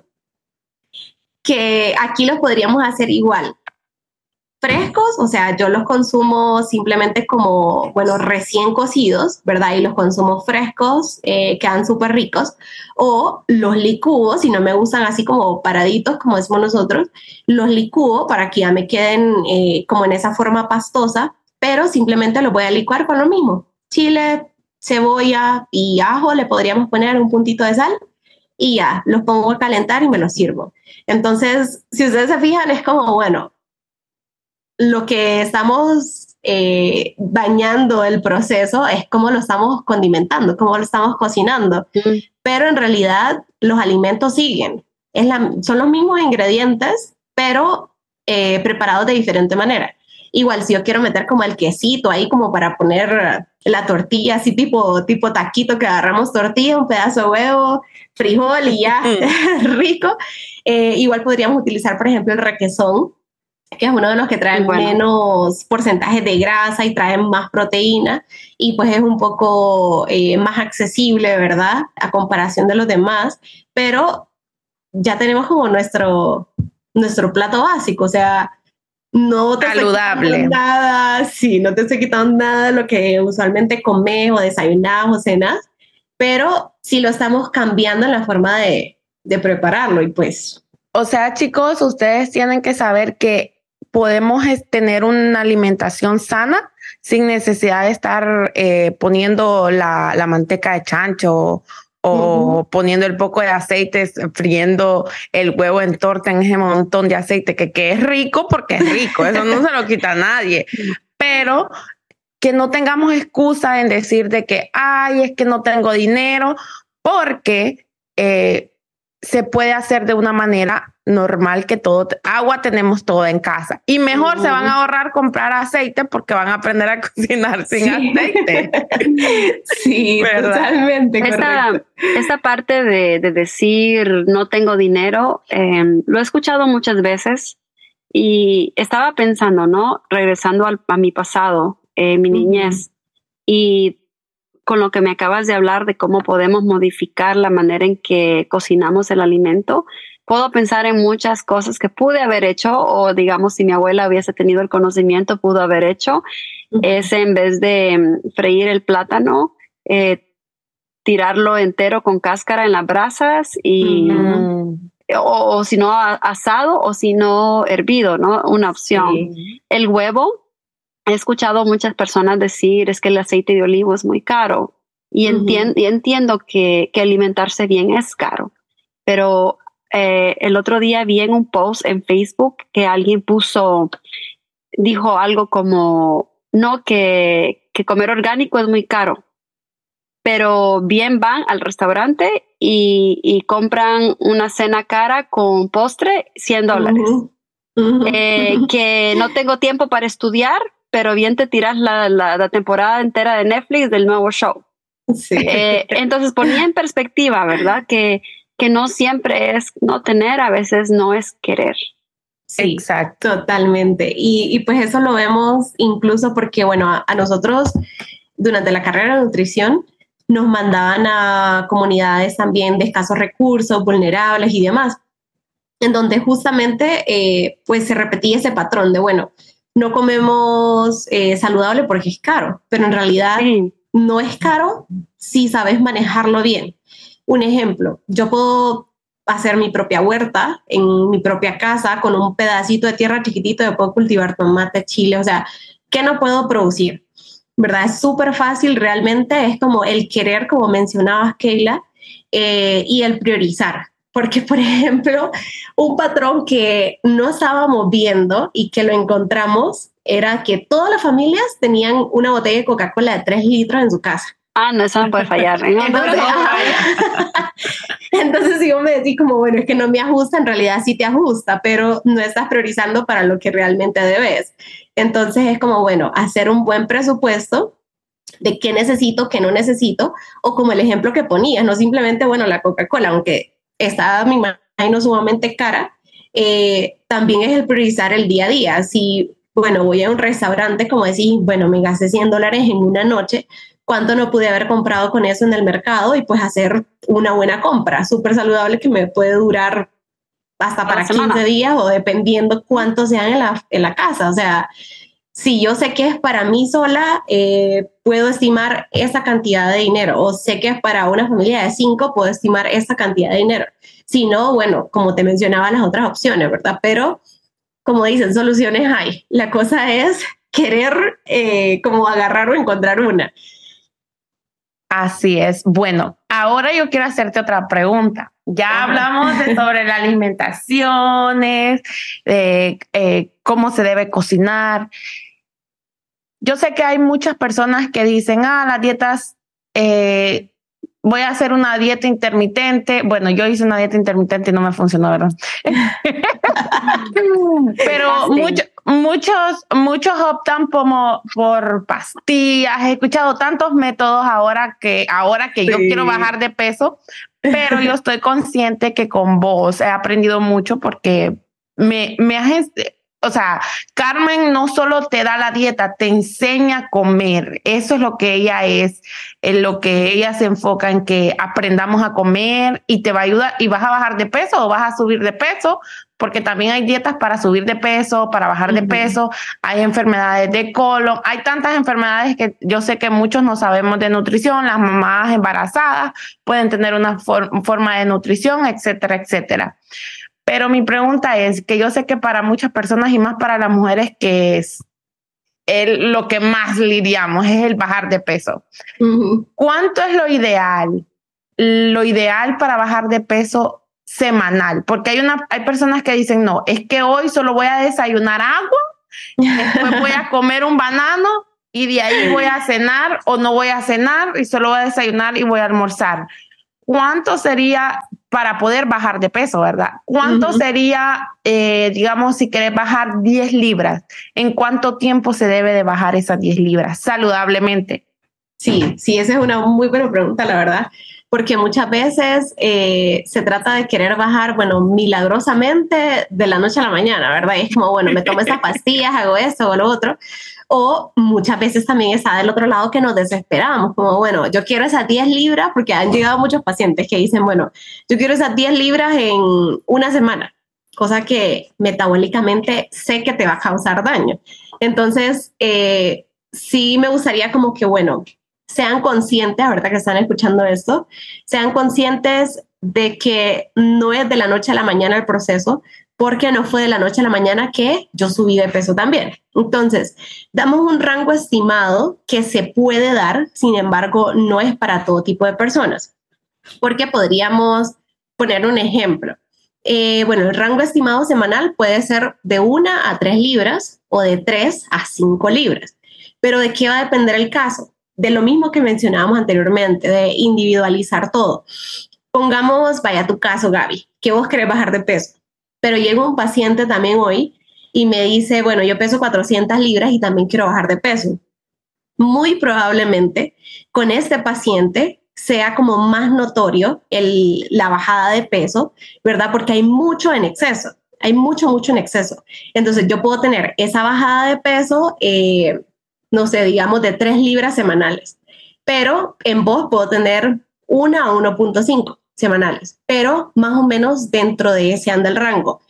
que aquí los podríamos hacer igual. Frescos, o sea, yo los consumo simplemente como, bueno, recién cocidos, ¿verdad? Y los consumo frescos, eh, quedan súper ricos. O los licúo, si no me gustan así como paraditos, como decimos nosotros, los licúo para que ya me queden eh, como en esa forma pastosa, pero simplemente los voy a licuar con lo mismo. Chile, cebolla y ajo, le podríamos poner un puntito de sal y ya, los pongo a calentar y me los sirvo. Entonces, si ustedes se fijan, es como, bueno, lo que estamos eh, dañando el proceso es cómo lo estamos condimentando, cómo lo estamos cocinando. Mm. Pero en realidad los alimentos siguen. Es la, son los mismos ingredientes, pero eh, preparados de diferente manera. Igual si yo quiero meter como el quesito ahí como para poner la tortilla, así tipo, tipo taquito, que agarramos tortilla, un pedazo de huevo, frijol y ya, rico. Eh, igual podríamos utilizar, por ejemplo, el requesón, que es uno de los que traen bueno. menos porcentajes de grasa y traen más proteína, y pues es un poco eh, más accesible, ¿verdad? A comparación de los demás, pero ya tenemos como nuestro, nuestro plato básico, o sea, no te saludable. Estoy quitando nada, sí, no te estoy quitando nada de lo que usualmente comes o desayunas o cenas, pero sí lo estamos cambiando en la forma de, de prepararlo y pues... O sea, chicos, ustedes tienen que saber que podemos tener una alimentación sana sin necesidad de estar eh, poniendo la, la manteca de chancho o uh-huh. poniendo el poco de aceite, friendo el huevo en torta en ese montón de aceite, que, que es rico porque es rico, eso no se lo quita a nadie, pero que no tengamos excusa en decir de que, ay, es que no tengo dinero, porque eh, se puede hacer de una manera normal, que todo, agua tenemos todo en casa, y mejor uh-huh. se van a ahorrar comprar aceite porque van a aprender a cocinar sin sí. aceite. Sí, ¿verdad? Totalmente esta, esta parte de, de decir no tengo dinero, eh, lo he escuchado muchas veces y estaba pensando, ¿no? Regresando al, a mi pasado, eh, mi uh-huh. niñez, y con lo que me acabas de hablar de cómo podemos modificar la manera en que cocinamos el alimento, puedo pensar en muchas cosas que pude haber hecho, o digamos, si mi abuela hubiese tenido el conocimiento, pudo haber hecho. Uh-huh. Es en vez de freír el plátano, eh, tirarlo entero con cáscara en las brasas y, uh-huh. o, o si no asado, o si no hervido, ¿no? Una opción. Sí. El huevo, he escuchado muchas personas decir es que el aceite de olivo es muy caro, y, uh-huh. entien- y entiendo que, que alimentarse bien es caro, pero Eh, el otro día vi en un post en Facebook que alguien puso, dijo algo como, no, que, que comer orgánico es muy caro, pero bien van al restaurante y, y compran una cena cara con postre, cien dólares. Uh-huh. Uh-huh. Eh, que no tengo tiempo para estudiar, pero bien te tiras la, la, la temporada entera de Netflix del nuevo show. Sí. Eh, entonces ponía en perspectiva, ¿verdad? Que que no siempre es no tener, a veces no es querer. Sí, exacto, totalmente. Y, y pues eso lo vemos incluso porque, bueno, a, a nosotros durante la carrera de nutrición nos mandaban a comunidades también de escasos recursos, vulnerables y demás, en donde justamente eh, pues se repetía ese patrón de, bueno, no comemos eh, saludable porque es caro, pero en realidad sí. no es caro si sabes manejarlo bien. Un ejemplo, yo puedo hacer mi propia huerta en mi propia casa con un pedacito de tierra chiquitito, yo puedo cultivar tomate, chile, o sea, ¿qué no puedo producir? ¿Verdad? Es súper fácil, realmente es como el querer, como mencionabas, Keila, eh, y el priorizar. Porque, por ejemplo, un patrón que no estábamos viendo y que lo encontramos era que todas las familias tenían una botella de Coca-Cola de tres litros en su casa. Ah, no, eso no puede fallar. ¿eh? Entonces, entonces yo me decía como, bueno, es que no me ajusta, en realidad sí te ajusta, pero no estás priorizando para lo que realmente debes. Entonces es como, bueno, hacer un buen presupuesto de qué necesito, qué no necesito, o como el ejemplo que ponías, no simplemente, bueno, la Coca-Cola, aunque está, me imagino, sumamente cara, eh, también es el priorizar el día a día. Si, bueno, voy a un restaurante, como decís, bueno, me gasté cien dólares en una noche, ¿cuánto no pude haber comprado con eso en el mercado? Y pues hacer una buena compra, súper saludable, que me puede durar hasta para quince días o dependiendo cuánto sean en la, en la casa. O sea, si yo sé que es para mí sola, eh, puedo estimar esa cantidad de dinero, o sé que es para una familia de cinco, puedo estimar esa cantidad de dinero. Si no, bueno, como te mencionaba, las otras opciones, ¿verdad? Pero, como dicen, soluciones hay. La cosa es querer eh, como agarrar o encontrar una. Así es. Bueno, ahora yo quiero hacerte otra pregunta. Ya hablamos de sobre las alimentaciones, de eh, cómo se debe cocinar. Yo sé que hay muchas personas que dicen, ah, las dietas, eh, voy a hacer una dieta intermitente. Bueno, yo hice una dieta intermitente y no me funcionó, ¿verdad? Pero mucho, muchos, muchos optan como por pastillas. He escuchado tantos métodos ahora que, ahora que sí. Yo quiero bajar de peso, pero yo estoy consciente que con vos he aprendido mucho porque me, me has... O sea, Carmen no solo te da la dieta, te enseña a comer. Eso es lo que ella es, en lo que ella se enfoca en que aprendamos a comer y te va a ayudar y vas a bajar de peso o vas a subir de peso, porque también hay dietas para subir de peso, para bajar de peso, hay enfermedades de colon, hay tantas enfermedades que yo sé que muchos no sabemos de nutrición, las mamás embarazadas pueden tener una for- forma de nutrición, etcétera, etcétera. Pero mi pregunta es que yo sé que para muchas personas y más para las mujeres que es el, lo que más lidiamos es el bajar de peso. Uh-huh. ¿Cuánto es lo ideal? Lo ideal para bajar de peso semanal, porque hay, una, hay personas que dicen, no, es que hoy solo voy a desayunar agua, después voy a comer un banano y de ahí voy a cenar o no voy a cenar y solo voy a desayunar y voy a almorzar. ¿Cuánto sería para poder bajar de peso, verdad? ¿Cuánto uh-huh. sería, eh, digamos, si querés bajar diez libras? ¿En cuánto tiempo se debe de bajar esas diez libras saludablemente? Sí, sí, esa es una muy buena pregunta, la verdad, porque muchas veces eh, se trata de querer bajar, bueno, milagrosamente de la noche a la mañana, ¿verdad? Y es como, bueno, me tomo esas pastillas, hago esto o lo otro. O muchas veces también está del otro lado que nos desesperamos, como, bueno, yo quiero esas diez libras, porque han llegado muchos pacientes que dicen, bueno, yo quiero esas diez libras en una semana, cosa que metabólicamente sé que te va a causar daño. Entonces, eh, sí me gustaría como que, bueno, sean conscientes, ahorita que están escuchando esto, sean conscientes de que no es de la noche a la mañana el proceso, porque no fue de la noche a la mañana que yo subí de peso también. Entonces, damos un rango estimado que se puede dar, sin embargo, no es para todo tipo de personas, porque podríamos poner un ejemplo. Eh, bueno, el rango estimado semanal puede ser de una a tres libras o de tres a cinco libras, pero ¿de qué va a depender el caso? De lo mismo que mencionábamos anteriormente, de individualizar todo. Pongamos, vaya tu caso, Gaby, que vos querés bajar de peso. Pero llega un paciente también hoy y me dice, bueno, yo peso cuatrocientas libras y también quiero bajar de peso. Muy probablemente con este paciente sea como más notorio el, la bajada de peso, ¿verdad? Porque hay mucho en exceso, hay mucho, mucho en exceso. Entonces yo puedo tener esa bajada de peso, eh, no sé, digamos de tres libras semanales, pero en vos puedo tener una a uno punto cinco semanales, pero más o menos dentro de ese anda el rango.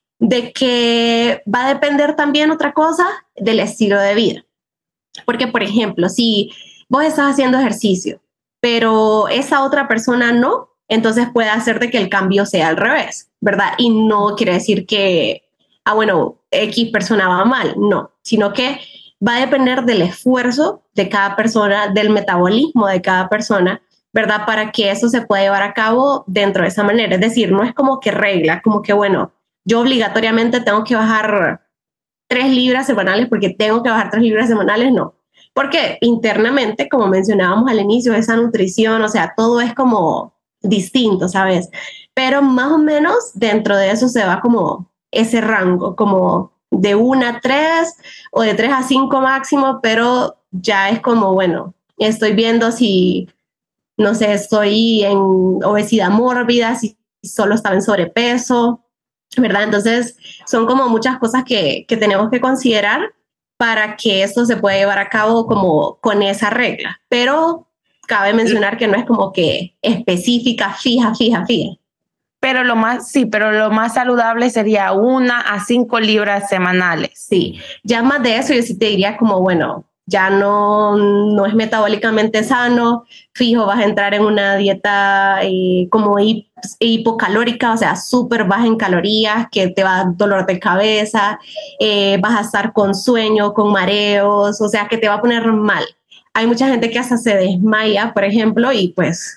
De que va a depender también otra cosa del estilo de vida. Porque, por ejemplo, si vos estás haciendo ejercicio, pero esa otra persona no, entonces puede hacer de que el cambio sea al revés, ¿verdad? Y no quiere decir que, ah, bueno, X persona va mal, no, sino que va a depender del esfuerzo de cada persona, del metabolismo de cada persona, ¿verdad? Para que eso se pueda llevar a cabo dentro de esa manera. Es decir, no es como que regla, como que, bueno, yo obligatoriamente tengo que bajar tres libras semanales porque tengo que bajar tres libras semanales, no. Porque internamente, como mencionábamos al inicio, esa nutrición, o sea, todo es como distinto, ¿sabes? Pero más o menos dentro de eso se va como ese rango, como de una a tres o de tres a cinco máximo, pero ya es como, bueno, estoy viendo si, no sé, estoy en obesidad mórbida, si solo estaba en sobrepeso, ¿verdad? Entonces son como muchas cosas que, que tenemos que considerar para que esto se pueda llevar a cabo como con esa regla, pero cabe mencionar que no es como que específica, fija, fija, fija. Pero lo más, sí, pero lo más saludable sería una a cinco libras semanales. Sí, ya más de eso yo sí te diría como, bueno, ya no, no es metabólicamente sano, fijo, vas a entrar en una dieta eh, como hip, hipocalórica, o sea, súper baja en calorías, que te va a dar dolor de cabeza, eh, vas a estar con sueño, con mareos, o sea, que te va a poner mal. Hay mucha gente que hasta se desmaya, por ejemplo, y pues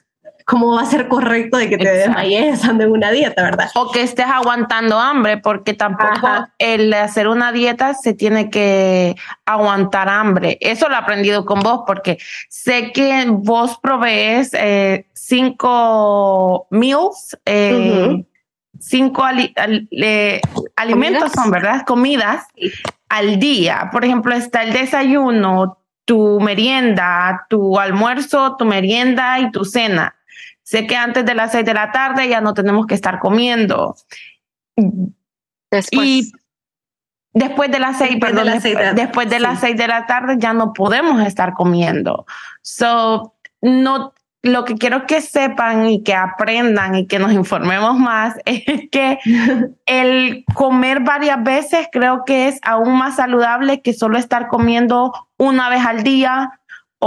¿cómo va a ser correcto de que te desmayes estando en una dieta, verdad? O que estés aguantando hambre, porque tampoco Ajá. el hacer una dieta se tiene que aguantar hambre. Eso lo he aprendido con vos, porque sé que vos provees eh, cinco meals, eh, uh-huh. cinco ali- al- eh, alimentos son, ¿verdad? Comidas sí. al día. Por ejemplo, está el desayuno, tu merienda, tu almuerzo, tu merienda y tu cena. Sé que antes de las seis de la tarde ya no tenemos que estar comiendo. Después. Y después de las seis, después perdón, de las seis de la, después de sí. las seis de la tarde ya no podemos estar comiendo. So, no, lo que quiero que sepan y que aprendan y que nos informemos más es que el comer varias veces creo que es aún más saludable que solo estar comiendo una vez al día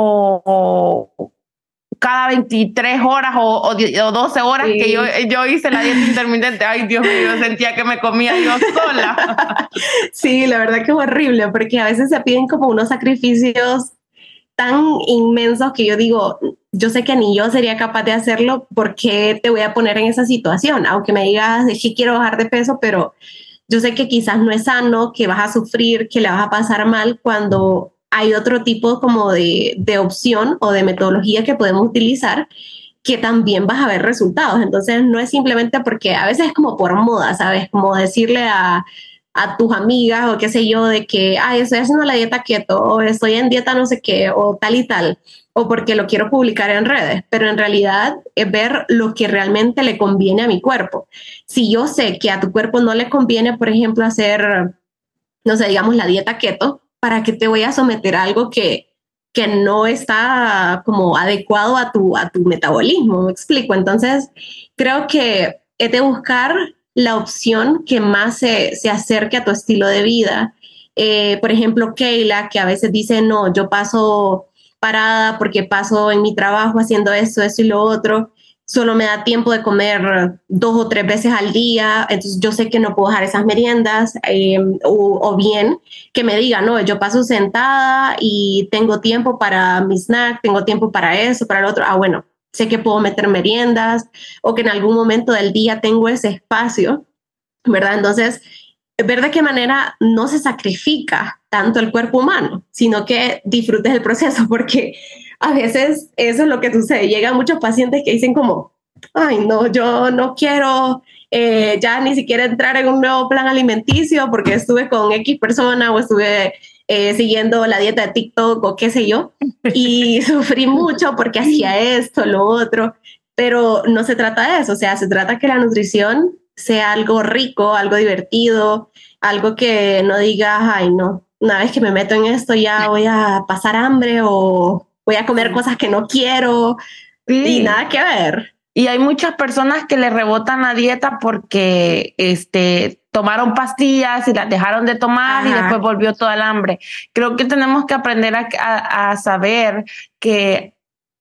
o, o cada veintitrés horas o, o, o doce horas sí. que yo, yo hice la dieta intermitente. Ay, Dios mío, sentía que me comía yo sola. Sí, la verdad que es horrible, porque a veces se piden como unos sacrificios tan inmensos que yo digo, yo sé que ni yo sería capaz de hacerlo, ¿por qué te voy a poner en esa situación? Aunque me digas, es que quiero bajar de peso, pero yo sé que quizás no es sano, que vas a sufrir, que le vas a pasar mal cuando hay otro tipo como de, de opción o de metodología que podemos utilizar que también vas a ver resultados. Entonces no es simplemente porque a veces es como por moda, ¿sabes? Como decirle a, a tus amigas o qué sé yo de que, ay, estoy haciendo la dieta keto o estoy en dieta no sé qué o tal y tal, o porque lo quiero publicar en redes, pero en realidad es ver lo que realmente le conviene a mi cuerpo. Si yo sé que a tu cuerpo no le conviene, por ejemplo, hacer, no sé, digamos la dieta keto, ¿para qué te voy a someter a algo que, que no está como adecuado a tu, a tu metabolismo? ¿Me explico? Entonces, creo que es de buscar la opción que más se, se acerque a tu estilo de vida. Eh, por ejemplo, Keila, que a veces dice, no, yo paso parada porque paso en mi trabajo haciendo esto, esto y lo otro. Solo me da tiempo de comer dos o tres veces al día, entonces yo sé que no puedo dejar esas meriendas, eh, o, o bien que me diga, no, yo paso sentada y tengo tiempo para mi snack, tengo tiempo para eso, para lo otro, ah, bueno, sé que puedo meter meriendas, o que en algún momento del día tengo ese espacio, ¿verdad? Entonces, ver de qué manera no se sacrifica tanto el cuerpo humano, sino que disfrutes el proceso, porque a veces eso es lo que sucede. Llegan muchos pacientes que dicen como, ay, no, yo no quiero eh, ya ni siquiera entrar en un nuevo plan alimenticio porque estuve con X persona o estuve eh, siguiendo la dieta de TikTok o qué sé yo, y sufrí mucho porque hacía esto, lo otro, pero no se trata de eso, o sea, se trata que la nutrición sea algo rico, algo divertido, algo que no digas, ay, no, una vez que me meto en esto ya voy a pasar hambre o voy a comer cosas que no quiero, sí. Y nada que ver. Y hay muchas personas que le rebotan la dieta porque este, tomaron pastillas y las dejaron de tomar. Ajá. Y después volvió toda el hambre. Creo que tenemos que aprender a, a, a saber que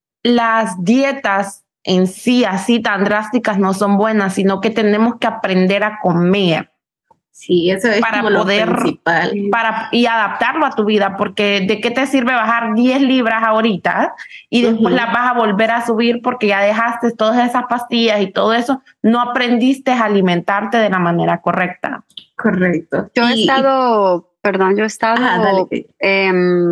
las dietas en sí, así tan drásticas, no son buenas, sino que tenemos que aprender a comer. Sí, eso es para como poder, lo principal. Para, y adaptarlo a tu vida, porque ¿de qué te sirve bajar diez libras ahorita y después uh-huh. las vas a volver a subir porque ya dejaste todas esas pastillas y todo eso? No aprendiste a alimentarte de la manera correcta. Correcto. Yo y, he estado, y... perdón, yo he estado, ah, dale. Eh,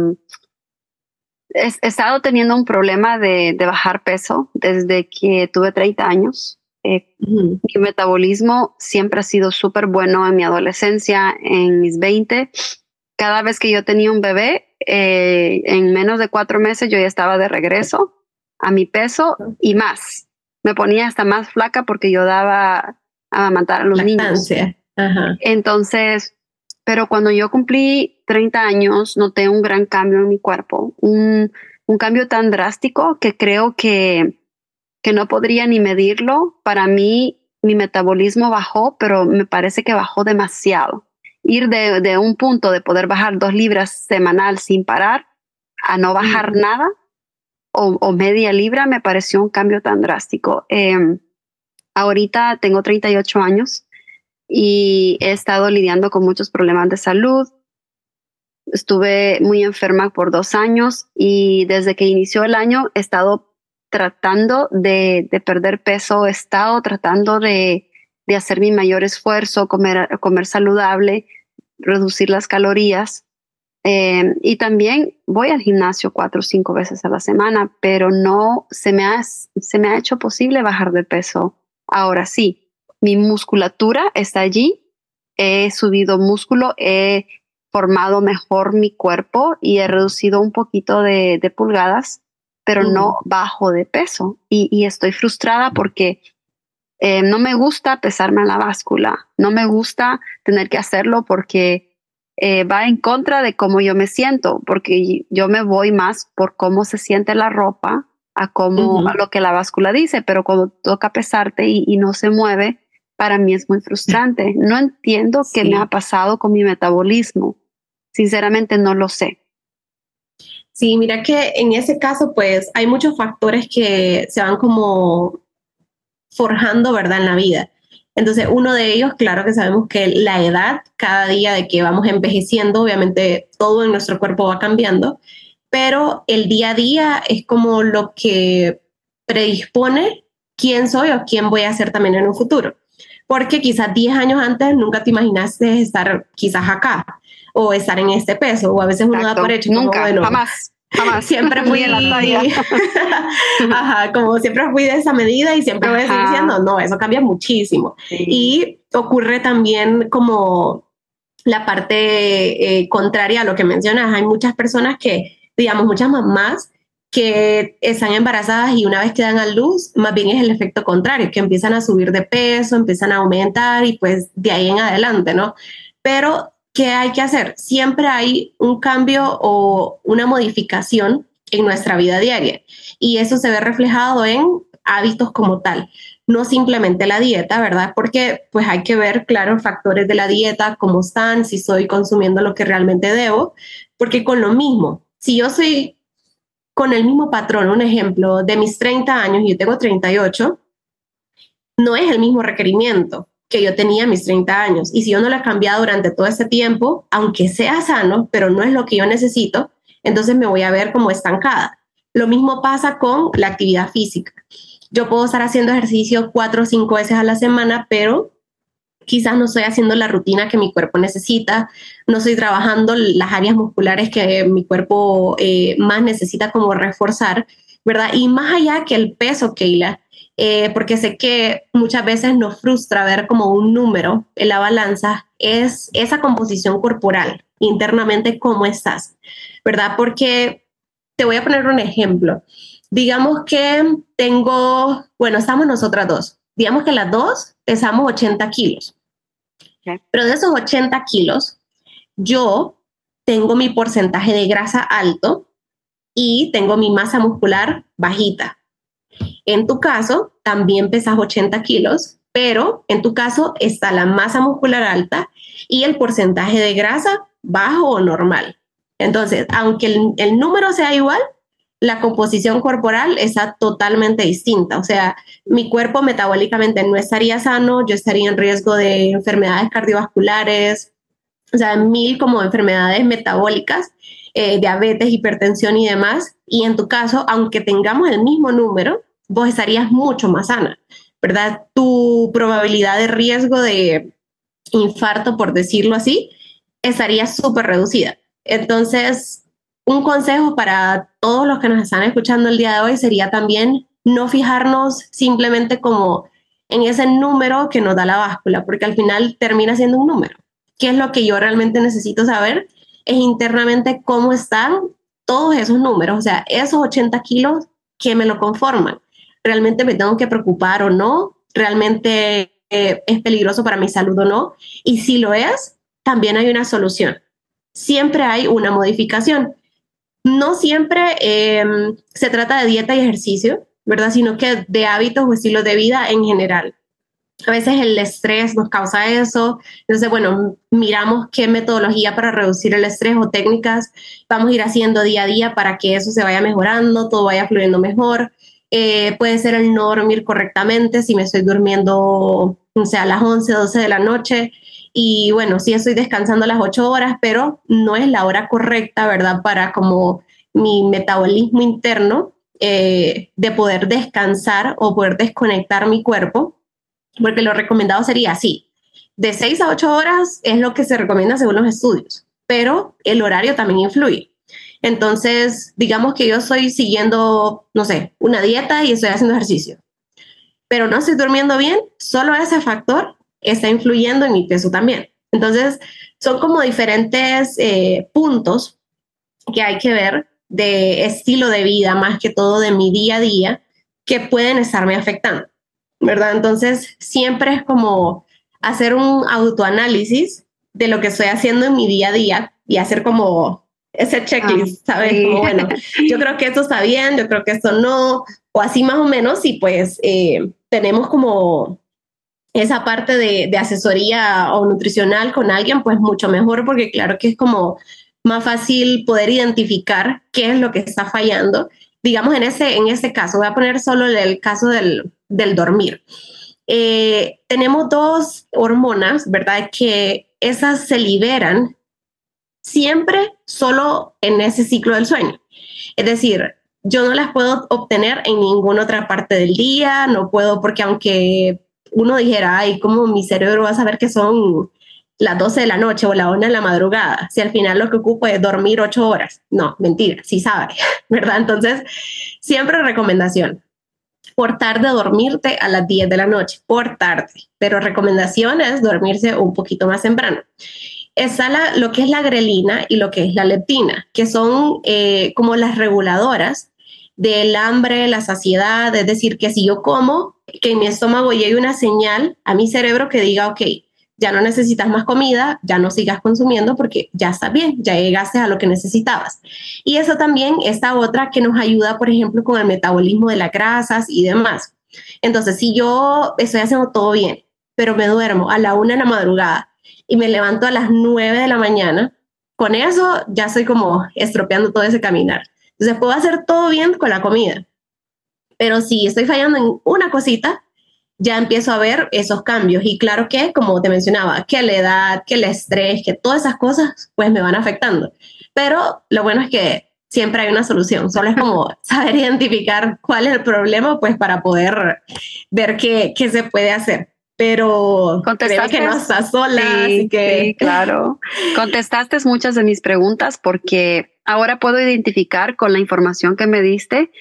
he, he estado teniendo un problema de, de bajar peso desde que tuve treinta años. Eh, uh-huh. Mi metabolismo siempre ha sido súper bueno en mi adolescencia, en mis veinte. Cada vez que yo tenía un bebé, eh, en menos de cuatro meses yo ya estaba de regreso a mi peso y más. Me ponía hasta más flaca porque yo daba a amamantar a los Lactancia. niños. Uh-huh. Entonces, pero cuando yo cumplí treinta años, noté un gran cambio en mi cuerpo, un, un cambio tan drástico que creo que que no podría ni medirlo. Para mí, mi metabolismo bajó, pero me parece que bajó demasiado. Ir de, de un punto de poder bajar dos libras semanal sin parar a no bajar mm. nada o, o media libra me pareció un cambio tan drástico. Eh, ahorita tengo treinta y ocho años y he estado lidiando con muchos problemas de salud. Estuve muy enferma por dos años y desde que inició el año he estado tratando de, de perder peso, he estado tratando de, de hacer mi mayor esfuerzo, comer, comer saludable, reducir las calorías. Eh, y también voy al gimnasio cuatro o cinco veces a la semana, pero no se me ha, se me ha hecho posible bajar de peso. Ahora sí, mi musculatura está allí, he subido músculo, he formado mejor mi cuerpo y he reducido un poquito de, de pulgadas, pero uh-huh. no bajo de peso. Y, y estoy frustrada porque eh, no me gusta pesarme en la báscula, no me gusta tener que hacerlo porque Eh, va en contra de cómo yo me siento, porque yo me voy más por cómo se siente la ropa a, cómo, uh-huh. a lo que la báscula dice, pero cuando toca pesarte y, y no se mueve, para mí es muy frustrante. No entiendo sí. qué me ha pasado con mi metabolismo. Sinceramente no lo sé. Sí, mira que en ese caso, pues hay muchos factores que se van como forjando, ¿verdad?, en la vida. Entonces, uno de ellos, claro que sabemos que la edad, cada día de que vamos envejeciendo, obviamente todo en nuestro cuerpo va cambiando, pero el día a día es como lo que predispone quién soy o quién voy a ser también en un futuro. Porque quizás diez años antes nunca te imaginaste estar quizás acá o estar en este peso, o a veces uno Exacto. da por hecho. Nunca, como, bueno, jamás. Jamás. Siempre fui en la talla. Ajá, como siempre fui de esa medida y siempre voy a seguir diciendo, no, eso cambia muchísimo. Sí. Y ocurre también como la parte eh, contraria a lo que mencionas. Hay muchas personas que, digamos, muchas mamás que están embarazadas y una vez que dan a luz, más bien es el efecto contrario, que empiezan a subir de peso, empiezan a aumentar y pues de ahí en adelante, ¿no? Pero ¿qué hay que hacer? Siempre hay un cambio o una modificación en nuestra vida diaria y eso se ve reflejado en hábitos como tal, no simplemente la dieta, ¿verdad? Porque pues hay que ver, claro, factores de la dieta, cómo están, si estoy consumiendo lo que realmente debo, porque con lo mismo, si yo soy con el mismo patrón, un ejemplo, de mis treinta años y yo tengo treinta y ocho, no es el mismo requerimiento que yo tenía a mis treinta años. Y si yo no lo he cambiado durante todo ese tiempo, aunque sea sano, pero no es lo que yo necesito, entonces me voy a ver como estancada. Lo mismo pasa con la actividad física. Yo puedo estar haciendo ejercicio cuatro o cinco veces a la semana, pero quizás no estoy haciendo la rutina que mi cuerpo necesita, no estoy trabajando las áreas musculares que mi cuerpo eh, más necesita como reforzar, ¿verdad? Y más allá que el peso, Keila, Eh, porque sé que muchas veces nos frustra ver como un número en la balanza, es esa composición corporal, internamente cómo estás, ¿verdad? Porque te voy a poner un ejemplo. Digamos que tengo, bueno, estamos nosotras dos, digamos que las dos pesamos ochenta kilos, okay. Pero de esos ochenta kilos, yo tengo mi porcentaje de grasa alto y tengo mi masa muscular bajita. En tu caso, también pesas ochenta kilos, pero en tu caso está la masa muscular alta y el porcentaje de grasa bajo o normal. Entonces, aunque el, el número sea igual, la composición corporal está totalmente distinta. O sea, mi cuerpo metabólicamente no estaría sano, yo estaría en riesgo de enfermedades cardiovasculares, o sea, mil como enfermedades metabólicas, eh, diabetes, hipertensión y demás. Y en tu caso, aunque tengamos el mismo número, vos estarías mucho más sana, ¿verdad? Tu probabilidad de riesgo de infarto, por decirlo así, estaría súper reducida. Entonces, un consejo para todos los que nos están escuchando el día de hoy sería también no fijarnos simplemente como en ese número que nos da la báscula, porque al final termina siendo un número. ¿Qué es lo que yo realmente necesito saber? Es internamente cómo están todos esos números, o sea, esos ochenta kilos que me lo conforman. ¿Realmente me tengo que preocupar o no? ¿Realmente eh, es peligroso para mi salud o no? Y si lo es, también hay una solución. Siempre hay una modificación. No siempre eh, se trata de dieta y ejercicio, ¿verdad? Sino que de hábitos o estilos de vida en general. A veces el estrés nos causa eso. Entonces, bueno, miramos qué metodología para reducir el estrés o técnicas vamos a ir haciendo día a día para que eso se vaya mejorando, todo vaya fluyendo mejor. Eh, puede ser el no dormir correctamente, si me estoy durmiendo, o sea, a las once, doce de la noche, y bueno, sí estoy descansando a las ocho horas, pero no es la hora correcta, ¿verdad? Para como mi metabolismo interno eh, de poder descansar o poder desconectar mi cuerpo, porque lo recomendado sería así, de seis a ocho horas es lo que se recomienda según los estudios, pero el horario también influye. Entonces, digamos que yo estoy siguiendo, no sé, una dieta y estoy haciendo ejercicio, pero no estoy durmiendo bien, solo ese factor está influyendo en mi peso también. Entonces, son como diferentes eh, puntos que hay que ver de estilo de vida, más que todo de mi día a día, que pueden estarme afectando, ¿verdad? Entonces, siempre es como hacer un autoanálisis de lo que estoy haciendo en mi día a día y hacer como ese checklist, ah, ¿sabes? Sí. Como, bueno, yo creo que esto está bien, yo creo que esto no, o así más o menos, y pues eh, tenemos como esa parte de, de asesoría o nutricional con alguien, pues mucho mejor, porque claro que es como más fácil poder identificar qué es lo que está fallando. Digamos, en ese, en ese caso, voy a poner solo el caso del, del dormir. Eh, tenemos dos hormonas, ¿verdad? Que esas se liberan siempre solo en ese ciclo del sueño. Es decir, yo no las puedo obtener en ninguna otra parte del día, no puedo, porque aunque uno dijera, ay, ¿cómo mi cerebro va a saber que son las doce de la noche o la una de la madrugada? Si al final lo que ocupo es dormir ocho horas. No, mentira, sí sabe, ¿verdad? Entonces, siempre recomendación. Por tarde dormirte a las diez de la noche, por tarde, pero recomendación es dormirse un poquito más temprano. Está la, lo que es la grelina y lo que es la leptina, que son eh, como las reguladoras del hambre, la saciedad, es decir, que si yo como, que en mi estómago llegue una señal a mi cerebro que diga, ok, ya no necesitas más comida, ya no sigas consumiendo porque ya está bien, ya llegaste a lo que necesitabas. Y eso también, esta otra que nos ayuda, por ejemplo, con el metabolismo de las grasas y demás. Entonces, si yo estoy haciendo todo bien, pero me duermo a la una de la madrugada y me levanto a las nueve de la mañana, con eso ya estoy como estropeando todo ese caminar. Entonces, puedo hacer todo bien con la comida, pero si estoy fallando en una cosita, ya empiezo a ver esos cambios. Y claro que, como te mencionaba, que la edad, que el estrés, que todas esas cosas, pues me van afectando. Pero lo bueno es que siempre hay una solución. Solo es como saber identificar cuál es el problema, pues para poder ver qué, qué se puede hacer. Pero contestaste que no estás sola, sí, así que... Sí, claro. Contestaste muchas de mis preguntas porque ahora puedo identificar con la información que me diste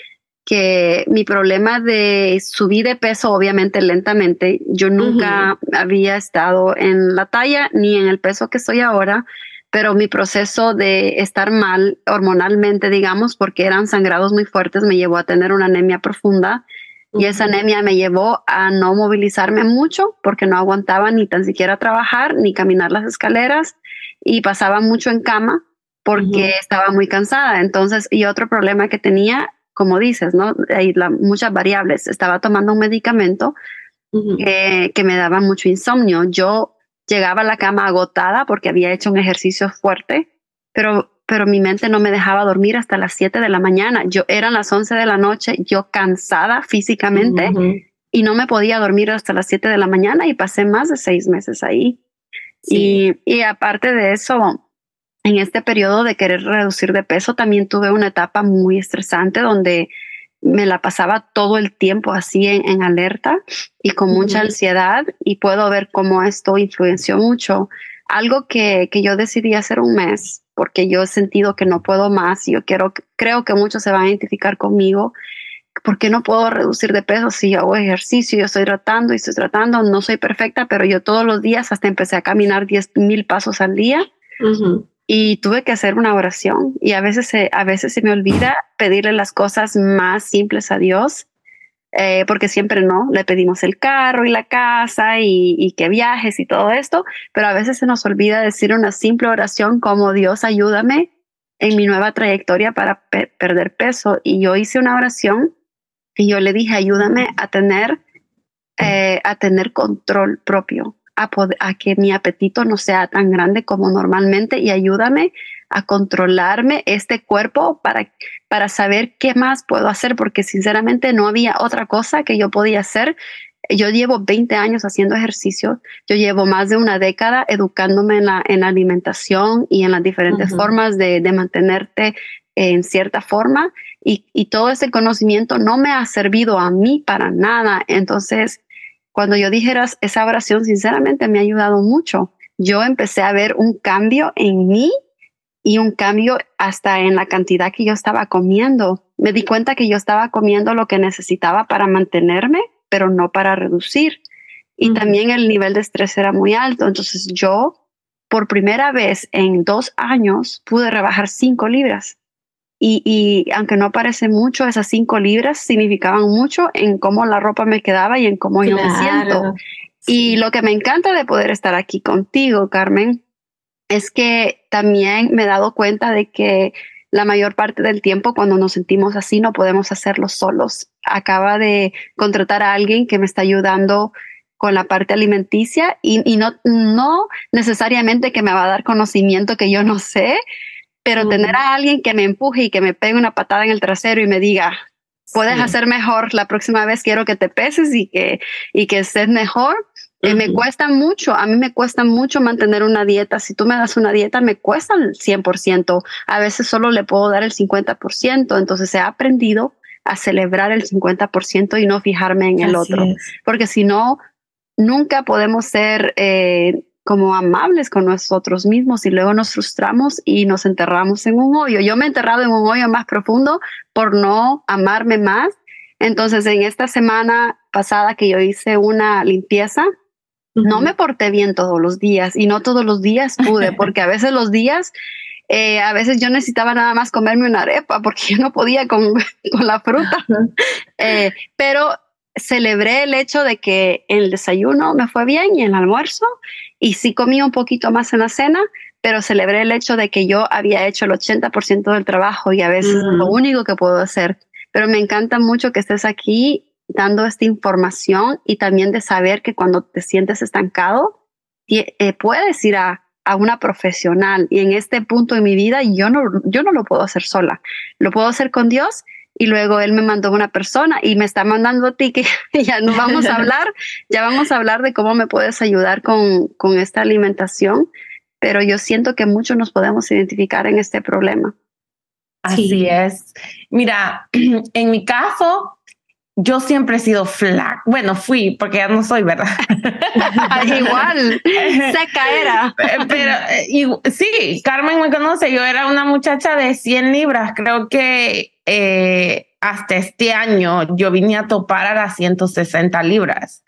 que mi problema de subir de peso, obviamente lentamente, yo nunca uh-huh. había estado en la talla ni en el peso que estoy ahora, pero mi proceso de estar mal hormonalmente, digamos, porque eran sangrados muy fuertes, me llevó a tener una anemia profunda uh-huh. y esa anemia me llevó a no movilizarme mucho porque no aguantaba ni tan siquiera trabajar ni caminar las escaleras y pasaba mucho en cama porque uh-huh. estaba muy cansada. Entonces, y otro problema que tenía, como dices, ¿no? Hay la, muchas variables. Estaba tomando un medicamento uh-huh. que, que me daba mucho insomnio. Yo llegaba a la cama agotada porque había hecho un ejercicio fuerte, pero, pero mi mente no me dejaba dormir hasta las siete de la mañana. Yo eran las once de la noche, yo cansada físicamente uh-huh. y no me podía dormir hasta las siete de la mañana y pasé más de seis meses ahí. Sí. Y, y aparte de eso, en este periodo de querer reducir de peso, también tuve una etapa muy estresante donde me la pasaba todo el tiempo así en, en alerta y con mucha uh-huh. ansiedad, y puedo ver cómo esto influenció mucho. Algo que, que yo decidí hacer un mes porque yo he sentido que no puedo más y yo quiero, creo que muchos se van a identificar conmigo. ¿Por qué no puedo reducir de peso si yo hago ejercicio? Yo estoy tratando y estoy tratando, no soy perfecta, pero yo todos los días hasta empecé a caminar diez mil pasos al día. Uh-huh. Y tuve que hacer una oración y a veces se, a veces se me olvida pedirle las cosas más simples a Dios, eh, porque siempre no, le pedimos el carro y la casa y, y que viajes y todo esto, pero a veces se nos olvida decir una simple oración como: Dios, ayúdame en mi nueva trayectoria para pe- perder peso. Y yo hice una oración y yo le dije: ayúdame a tener, eh, a tener control propio. A, poder, a que mi apetito no sea tan grande como normalmente, y ayúdame a controlarme este cuerpo para, para saber qué más puedo hacer, porque sinceramente no había otra cosa que yo podía hacer. Yo llevo veinte años haciendo ejercicio, yo llevo más de una década educándome en la, en la alimentación y en las diferentes uh-huh. formas de, de mantenerte en cierta forma, y, y todo ese conocimiento no me ha servido a mí para nada. Entonces, cuando yo dijera esa oración, sinceramente me ha ayudado mucho. Yo empecé a ver un cambio en mí y un cambio hasta en la cantidad que yo estaba comiendo. Me di cuenta que yo estaba comiendo lo que necesitaba para mantenerme, pero no para reducir. Y uh-huh. también el nivel de estrés era muy alto. Entonces yo, por primera vez en dos años, pude rebajar cinco libras. Y, y aunque no parece mucho, esas cinco libras significaban mucho en cómo la ropa me quedaba y en cómo claro. yo me siento. Sí. Y lo que me encanta de poder estar aquí contigo, Carmen, es que también me he dado cuenta de que la mayor parte del tiempo cuando nos sentimos así no podemos hacerlo solos. Acaba de contratar a alguien que me está ayudando con la parte alimenticia y, y no, no necesariamente que me va a dar conocimiento que yo no sé, pero uh-huh. tener a alguien que me empuje y que me pegue una patada en el trasero y me diga, puedes sí. hacer mejor, la próxima vez quiero que te peses y que, y que estés mejor. Uh-huh. Eh, me cuesta mucho, a mí me cuesta mucho mantener una dieta. Si tú me das una dieta, me cuesta el cien por ciento. A veces solo le puedo dar el cincuenta por ciento. Entonces he aprendido a celebrar el cincuenta por ciento y no fijarme en el Así otro. Es. Porque si no, nunca podemos ser eh, como amables con nosotros mismos y luego nos frustramos y nos enterramos en un hoyo. Yo me he enterrado en un hoyo más profundo por no amarme más. Entonces, en esta semana pasada que yo hice una limpieza, uh-huh. no me porté bien todos los días y no todos los días pude, porque a veces los días, eh, a veces yo necesitaba nada más comerme una arepa porque yo no podía con, con la fruta. Uh-huh. eh, pero celebré el hecho de que el desayuno me fue bien y el almuerzo, y sí comí un poquito más en la cena, pero celebré el hecho de que yo había hecho el ochenta por ciento del trabajo y a veces uh-huh. lo único que puedo hacer. Pero me encanta mucho que estés aquí dando esta información y también de saber que cuando te sientes estancado, eh, puedes ir a, a una profesional. Y en este punto de mi vida yo no, yo no lo puedo hacer sola. Lo puedo hacer con Dios y luego Él me mandó una persona y me está mandando a ti que ya no vamos a hablar, ya vamos a hablar de cómo me puedes ayudar con, con esta alimentación. Pero yo siento que muchos nos podemos identificar en este problema. Así sí. es. Mira, en mi caso, yo siempre he sido flaca. Bueno, fui, porque ya no soy, ¿verdad? Igual, seca era. Pero y, sí, Carmen me conoce. Yo era una muchacha de cien libras. Creo que eh, hasta este año yo vine a topar a las ciento sesenta libras.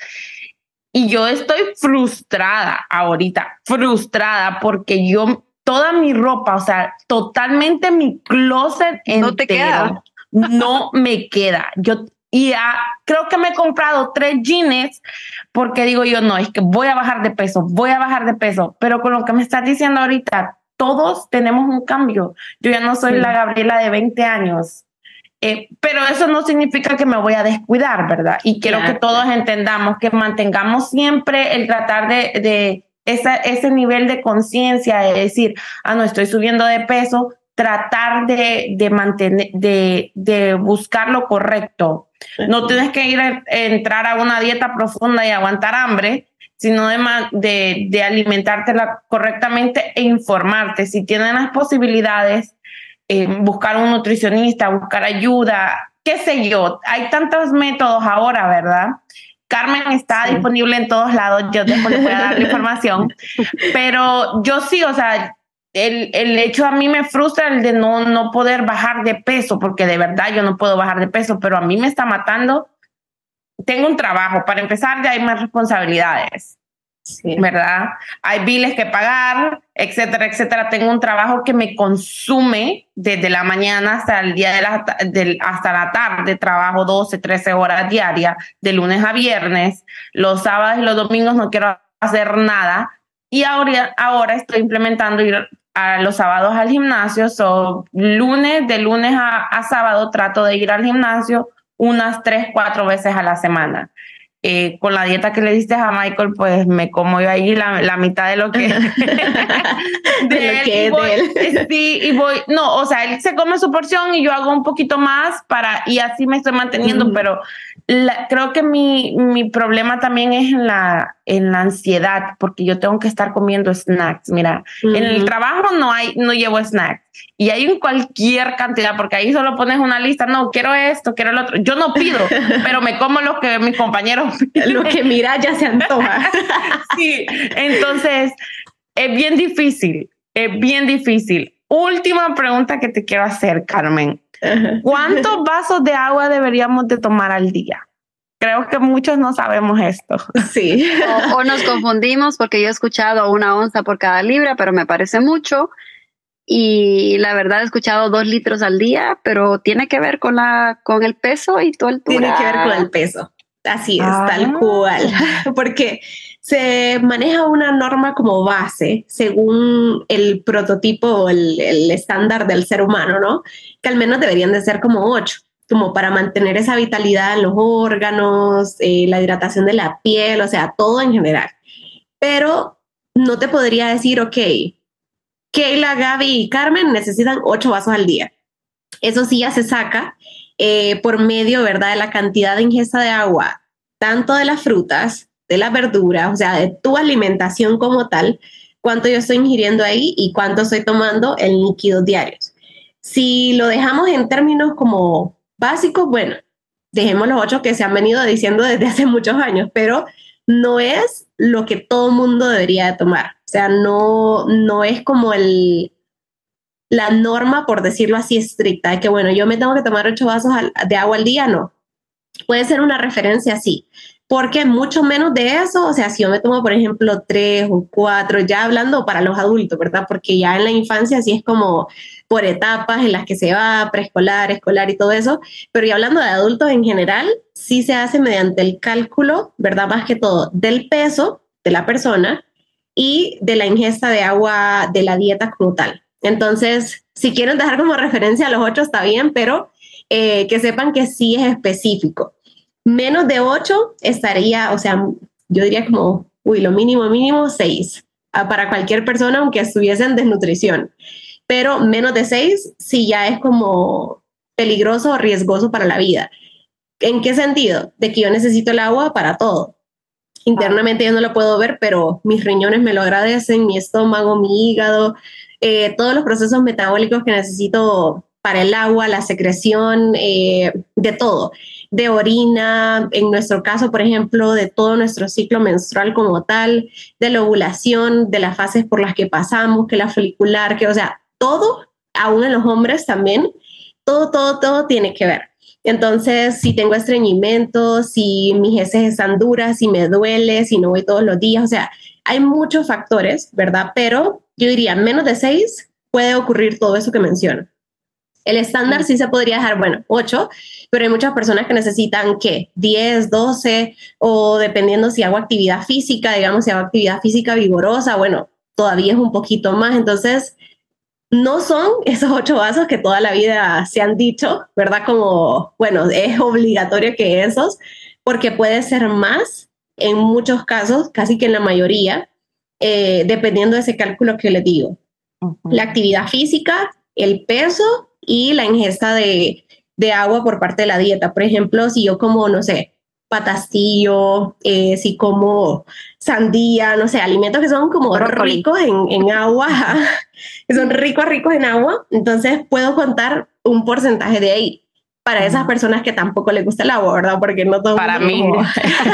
Y yo estoy frustrada ahorita, frustrada porque yo... Toda mi ropa, o sea, totalmente mi closet entero, no te queda. No me queda. Yo y ah, creo que me he comprado tres jeans porque digo yo, no, es que voy a bajar de peso, voy a bajar de peso. Pero con lo que me estás diciendo ahorita, todos tenemos un cambio. Yo ya no soy sí. la Gabriela de veinte años. Eh, pero eso no significa que me voy a descuidar, ¿verdad? Y quiero claro. que todos entendamos que mantengamos siempre el tratar de... de Esa, ese nivel de conciencia de decir, ah, no, estoy subiendo de peso, tratar de, de mantener, de, de buscar lo correcto. No tienes que ir a, a entrar a una dieta profunda y aguantar hambre, sino de, de, de alimentártela correctamente e informarte. Si tienen las posibilidades, eh, buscar un nutricionista, buscar ayuda, qué sé yo. Hay tantos métodos ahora, ¿verdad? Carmen está sí. disponible en todos lados, yo después les voy a dar la información, pero yo sí, o sea, el, el hecho a mí me frustra el de no, no poder bajar de peso, porque de verdad yo no puedo bajar de peso, pero a mí me está matando. Tengo un trabajo, para empezar ya hay más responsabilidades, sí. ¿verdad? Hay biles que pagar, etcétera, etcétera. Tengo un trabajo que me consume desde la mañana hasta el día de la, de, hasta la tarde. Trabajo doce, trece horas diarias, de lunes a viernes. Los sábados y los domingos no quiero hacer nada. Y ahora, ahora estoy implementando ir a los sábados al gimnasio. So, lunes, de lunes a, a sábado trato de ir al gimnasio unas tres, cuatro veces a la semana. Eh, con la dieta que le diste a Michael, pues me como yo ahí la, la mitad de lo que, de, de lo que él, es voy, de él. Sí, y voy, no, o sea, él se come su porción y yo hago un poquito más para, y así me estoy manteniendo, uh-huh. pero la, creo que mi, mi problema también es en la, en la ansiedad, porque yo tengo que estar comiendo snacks. Mira, uh-huh. en el trabajo no hay, no llevo snacks y hay en cualquier cantidad, porque ahí solo pones una lista. No, quiero esto, quiero lo otro. Yo no pido, pero me como lo que mis compañeros piden. Lo que mira ya se antoja. Sí, entonces es bien difícil, es bien difícil. Última pregunta que te quiero hacer, Carmen. Uh-huh. ¿Cuántos vasos de agua deberíamos de tomar al día? Creo que muchos no sabemos esto. Sí. O, o nos confundimos porque yo he escuchado una onza por cada libra, pero me parece mucho. Y la verdad he escuchado dos litros al día, pero tiene que ver con la con el peso y todo el altura. Tiene que ver con el peso. Así es, ah. tal cual. Porque se maneja una norma como base según el prototipo o el, el estándar del ser humano, ¿no? Que al menos deberían de ser como ocho. Como para mantener esa vitalidad en los órganos, eh, la hidratación de la piel, o sea, todo en general. Pero no te podría decir, ok, Keila, Gaby y Carmen necesitan ocho vasos al día. Eso sí ya se saca eh, por medio, ¿verdad?, de la cantidad de ingesta de agua, tanto de las frutas, de las verduras, o sea, de tu alimentación como tal, cuánto yo estoy ingiriendo ahí y cuánto estoy tomando en líquidos diarios. Si lo dejamos en términos como básicos, bueno, dejemos los ocho que se han venido diciendo desde hace muchos años, pero no es lo que todo mundo debería de tomar. O sea, no, no es como el, la norma, por decirlo así, estricta, de que, bueno, yo me tengo que tomar ocho vasos de agua al día, no. Puede ser una referencia, sí, porque mucho menos de eso, o sea, si yo me tomo, por ejemplo, tres o cuatro, ya hablando para los adultos, ¿verdad? Porque ya en la infancia sí es como por etapas en las que se va, preescolar, escolar y todo eso, pero ya hablando de adultos en general, sí se hace mediante el cálculo, ¿verdad? Más que todo, del peso de la persona y de la ingesta de agua de la dieta como tal. Entonces, si quieren dejar como referencia a los ocho, está bien, pero eh, que sepan que sí es específico. Menos de ocho estaría, o sea, yo diría como, uy, lo mínimo, mínimo seis, para cualquier persona, aunque estuviese en desnutrición. Pero menos de seis sí ya es como peligroso o riesgoso para la vida. ¿En qué sentido? De que yo necesito el agua para todo. Internamente yo no lo puedo ver, pero mis riñones me lo agradecen, mi estómago, mi hígado, eh, todos los procesos metabólicos que necesito para el agua, la secreción, eh, de todo, de orina, en nuestro caso, por ejemplo, de todo nuestro ciclo menstrual como tal, de la ovulación, de las fases por las que pasamos, que la folicular, que, o sea, todo, aún en los hombres también, todo, todo, todo tiene que ver. Entonces, si tengo estreñimiento, si mis heces están duras, si me duele, si no voy todos los días, o sea, hay muchos factores, ¿verdad? Pero yo diría, menos de seis puede ocurrir todo eso que menciono. El estándar sí se podría dejar, bueno, ocho, pero hay muchas personas que necesitan, ¿qué? diez, doce, o dependiendo si hago actividad física, digamos, si hago actividad física vigorosa, bueno, todavía es un poquito más. Entonces, no son esos ocho vasos que toda la vida se han dicho, ¿verdad? Como, bueno, es obligatorio que esos, porque puede ser más en muchos casos, casi que en la mayoría, eh, dependiendo de ese cálculo que les digo. Uh-huh. La actividad física, el peso y la ingesta de, de agua por parte de la dieta. Por ejemplo, si yo como, no sé, patastillo, eh, si como sandía, no sé, alimentos que son como Brócoli. ricos en, en agua, que son ricos, ricos en agua, entonces puedo contar un porcentaje de ahí. Para esas personas que tampoco les gusta el agua, ¿verdad? Porque no todo Para mí. Como...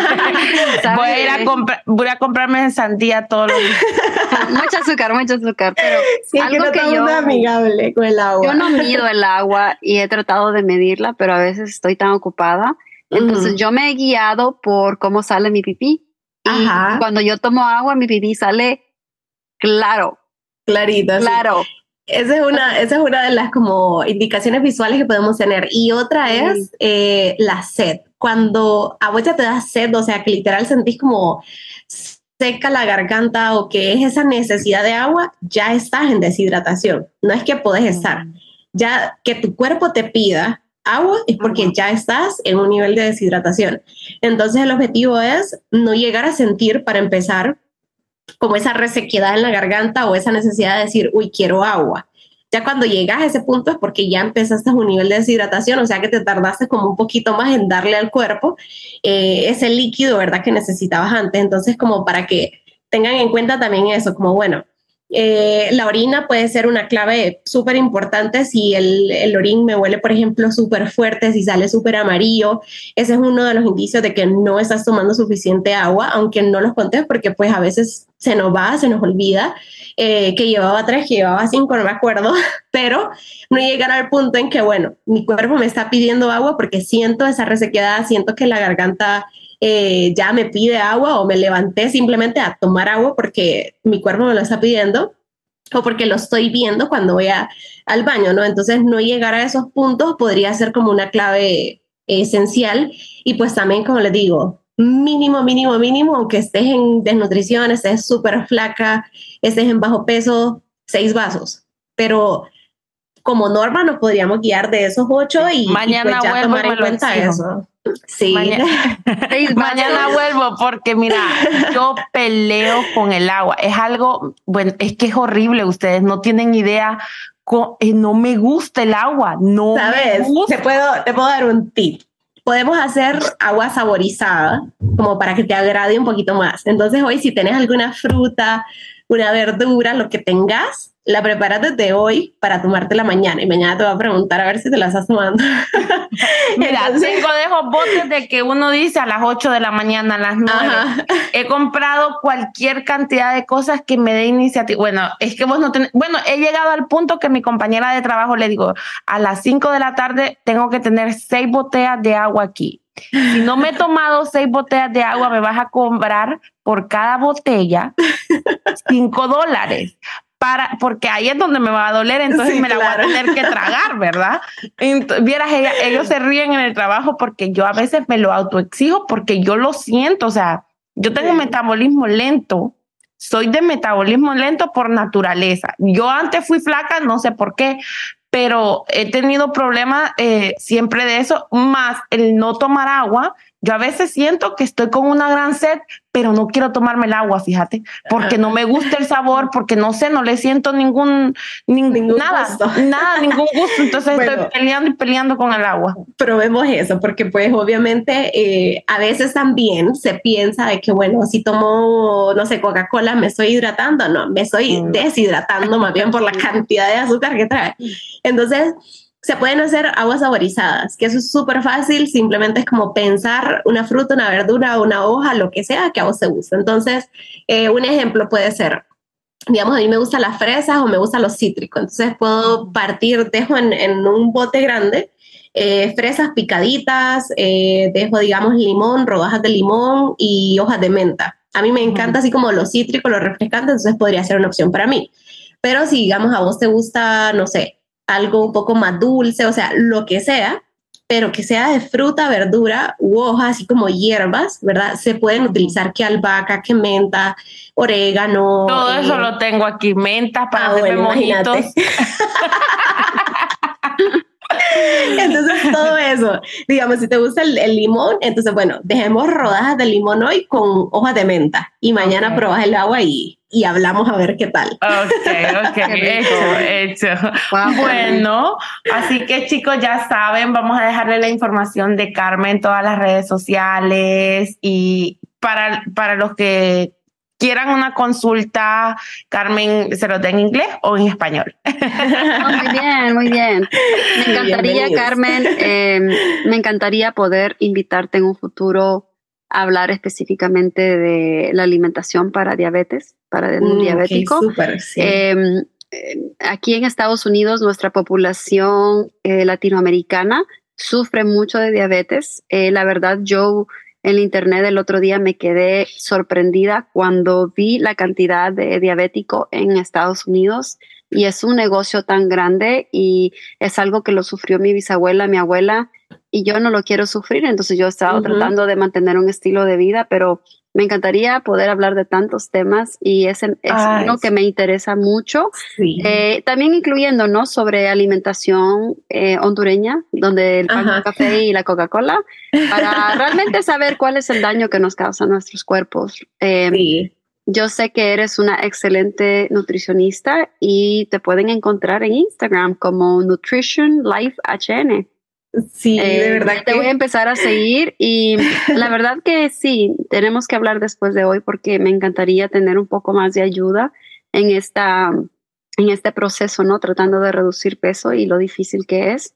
voy, a ir a comprar, voy a comprarme sandía todos los días. Mucho azúcar, mucho azúcar. Pero sí, algo que, no que yo... es amigable con el agua. Yo no mido el agua y he tratado de medirla, pero a veces estoy tan ocupada. Entonces uh-huh. yo me he guiado por cómo sale mi pipí. Ajá. Y cuando yo tomo agua, mi pipí sale claro. Clarito. Claro. Sí. Esa es una, esa es una de las como indicaciones visuales que podemos tener. Y otra sí. es eh, la sed. Cuando a vos ya te da sed, o sea, que literal sentís como seca la garganta o que es esa necesidad de agua, ya estás en deshidratación. No es que podés estar. Ya que tu cuerpo te pida agua es porque uh-huh. ya estás en un nivel de deshidratación. Entonces el objetivo es no llegar a sentir, para empezar, como esa resequedad en la garganta o esa necesidad de decir, uy, quiero agua. Ya cuando llegas a ese punto es porque ya empezaste un nivel de deshidratación, o sea que te tardaste como un poquito más en darle al cuerpo eh, ese líquido, ¿verdad? Que necesitabas antes. Entonces, como para que tengan en cuenta también eso, como bueno, eh, la orina puede ser una clave súper importante si el, el orín me huele, por ejemplo, súper fuerte, si sale súper amarillo. Ese es uno de los indicios de que no estás tomando suficiente agua, aunque no los contés porque pues a veces se nos va, se nos olvida eh, que llevaba tres, que llevaba cinco, no me acuerdo, pero no llegar al punto en que, bueno, mi cuerpo me está pidiendo agua porque siento esa resequedad, siento que la garganta Eh, ya me pide agua o me levanté simplemente a tomar agua porque mi cuerpo me lo está pidiendo o porque lo estoy viendo cuando voy a, al baño, ¿no? Entonces no llegar a esos puntos podría ser como una clave esencial y pues también, como les digo, mínimo, mínimo, mínimo, aunque estés en desnutrición, estés súper flaca, estés en bajo peso, seis vasos, pero como norma nos podríamos guiar de esos ocho y, mañana y pues ya vuelvo tomar y en cuenta exijo. eso. Sí. Mañana, mañana vuelvo porque mira, yo peleo con el agua. Es algo, bueno, es que es horrible. Ustedes no tienen idea. No me gusta el agua. No ¿Sabes? me gusta. Te puedo, te puedo dar un tip. Podemos hacer agua saborizada como para que te agrade un poquito más. Entonces hoy si tenés alguna fruta, una verdura, lo que tengas, la preparas desde hoy para tomártela mañana. Y mañana te voy a preguntar a ver si te la estás tomando. Mira, entonces, tengo de esos botes de que uno dice a las ocho de la mañana, a las nueve. Ajá. He comprado cualquier cantidad de cosas que me dé iniciativa. Bueno, es que vos no tenés... Bueno, he llegado al punto que mi compañera de trabajo le digo, a las cinco de la tarde tengo que tener seis botellas de agua aquí. Si no me he tomado seis botellas de agua, me vas a cobrar por cada botella cinco dólares. Para, porque ahí es donde me va a doler, entonces sí, me la claro. voy a tener que tragar, ¿verdad? Entonces, vieras, ella, ellos se ríen en el trabajo porque yo a veces me lo autoexijo porque yo lo siento, o sea, yo tengo sí. metabolismo lento, soy de metabolismo lento por naturaleza. Yo antes fui flaca, no sé por qué, pero he tenido problemas eh, siempre de eso, más el no tomar agua. Yo a veces siento que estoy con una gran sed, pero no quiero tomarme el agua, fíjate, porque no me gusta el sabor, porque no sé, no le siento ningún, ning, ningún nada, gusto. nada, ningún gusto. Entonces bueno, estoy peleando y peleando con el agua. Probemos eso, porque pues obviamente eh, a veces también se piensa de que, bueno, si tomo, no sé, Coca-Cola, me estoy hidratando. No, me estoy mm. deshidratando más bien por la cantidad de azúcar que trae. Entonces, se pueden hacer aguas saborizadas, que eso es súper fácil, simplemente es como pensar una fruta, una verdura, una hoja, lo que sea que a vos te guste. Entonces, eh, un ejemplo puede ser, digamos, a mí me gustan las fresas o me gustan los cítricos, entonces puedo partir, dejo en, en un bote grande eh, fresas picaditas, eh, dejo, digamos, limón, rodajas de limón y hojas de menta. A mí me encanta así como los cítricos, los refrescantes, entonces podría ser una opción para mí. Pero si, digamos, a vos te gusta, no sé, algo un poco más dulce, o sea, lo que sea, pero que sea de fruta, verdura u hojas, así como hierbas, ¿verdad? Se pueden utilizar que albahaca, que menta, orégano. Todo eh, eso lo tengo aquí, menta para ah, hacerme bueno, mojitos. Entonces todo eso, digamos, si te gusta el, el limón, entonces bueno, dejemos rodajas de limón hoy con hojas de menta y mañana okay. probas el agua y, y hablamos a ver qué tal. Ok, ok, hecho, hecho. Wow. Bueno, así que chicos ya saben, vamos a dejarle la información de Carmen en todas las redes sociales y para, para los que quieran una consulta, Carmen, ¿se lo da en inglés o en español? Oh, muy bien, muy bien. Me encantaría, Carmen, eh, me encantaría poder invitarte en un futuro a hablar específicamente de la alimentación para diabetes, para el mm, diabético. Okay, super, sí. eh, aquí en Estados Unidos, nuestra población eh, latinoamericana sufre mucho de diabetes. Eh, la verdad, yo... En internet el otro día me quedé sorprendida cuando vi la cantidad de diabéticos en Estados Unidos y es un negocio tan grande y es algo que lo sufrió mi bisabuela, mi abuela y yo no lo quiero sufrir, entonces yo he estado uh-huh. tratando de mantener un estilo de vida, pero me encantaría poder hablar de tantos temas y ese es Ay, uno que me interesa mucho, sí. eh, también incluyendo ¿no? sobre alimentación eh, hondureña, donde el pan, el café y la Coca-Cola, para realmente saber cuál es el daño que nos causan nuestros cuerpos. Eh, sí. yo sé que eres una excelente nutricionista y te pueden encontrar en Instagram como Nutrition Life H N. Sí, eh, de verdad. Te que... voy a empezar a seguir y la verdad que sí, tenemos que hablar después de hoy porque me encantaría tener un poco más de ayuda en, esta, en este proceso, ¿no? Tratando de reducir peso y lo difícil que es.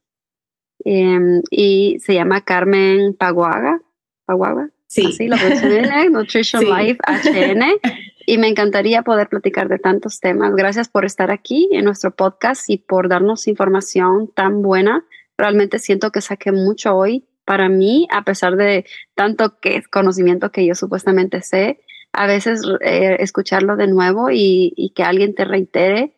Eh, y se llama Carmen Paguaga. Paguaga. Sí. Así lo mencioné, Nutrition sí. Life H N. Y me encantaría poder platicar de tantos temas. Gracias por estar aquí en nuestro podcast y por darnos información tan buena. Realmente siento que saqué mucho hoy para mí, a pesar de tanto que conocimiento que yo supuestamente sé. A veces eh, escucharlo de nuevo y, y que alguien te reitere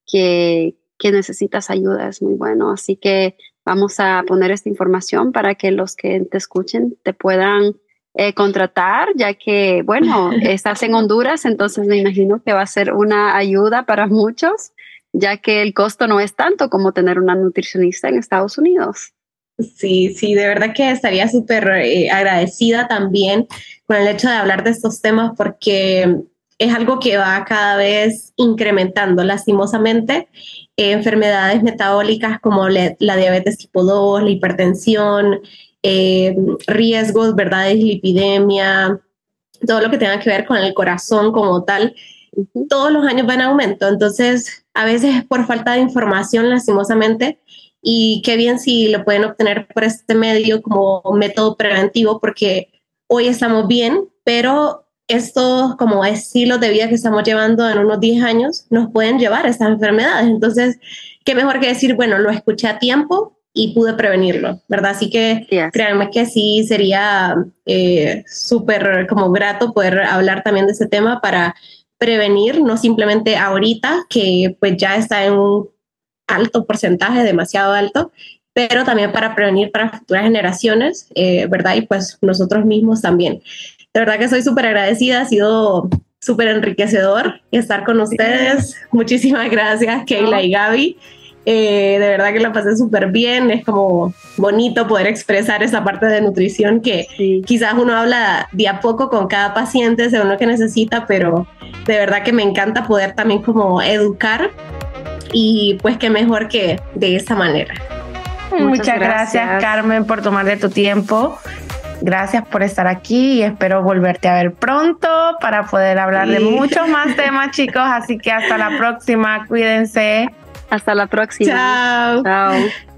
que, que necesitas ayuda es muy bueno. Así que vamos a poner esta información para que los que te escuchen te puedan eh, contratar, ya que, bueno, estás en Honduras, entonces me imagino que va a ser una ayuda para muchos, ya que el costo no es tanto como tener una nutricionista en Estados Unidos. Sí, sí, de verdad que estaría súper eh, agradecida también con el hecho de hablar de estos temas porque es algo que va cada vez incrementando, lastimosamente. Eh, enfermedades metabólicas como le, la diabetes tipo dos, la hipertensión, eh, riesgos, ¿verdad?, de dislipidemia, todo lo que tenga que ver con el corazón como tal, uh-huh. todos los años va en aumento. Entonces, a veces es por falta de información, lastimosamente, y qué bien si lo pueden obtener por este medio como método preventivo, porque hoy estamos bien, pero estos como estilos de vida que estamos llevando en unos diez años nos pueden llevar a estas enfermedades. Entonces, qué mejor que decir, bueno, lo escuché a tiempo y pude prevenirlo, ¿verdad? Así que yes. créanme que sí sería eh, súper como grato poder hablar también de ese tema para prevenir, no simplemente ahorita, que pues ya está en un alto porcentaje, demasiado alto, pero también para prevenir para futuras generaciones, eh, ¿verdad? Y pues nosotros mismos también. De verdad que soy súper agradecida, ha sido súper enriquecedor estar con ustedes. Muchísimas gracias, Keila y Gaby. Eh, de verdad que la pasé súper bien, es como bonito poder expresar esa parte de nutrición que sí. quizás uno habla de a poco con cada paciente según lo que necesita, pero de verdad que me encanta poder también como educar y pues qué mejor que de esa manera. Muchas, Muchas gracias, gracias Carmen, por tomar de tu tiempo. Gracias por estar aquí y espero volverte a ver pronto para poder hablar sí. de muchos más temas, chicos. Así que hasta la próxima, cuídense. Hasta la próxima. Chao. Chao.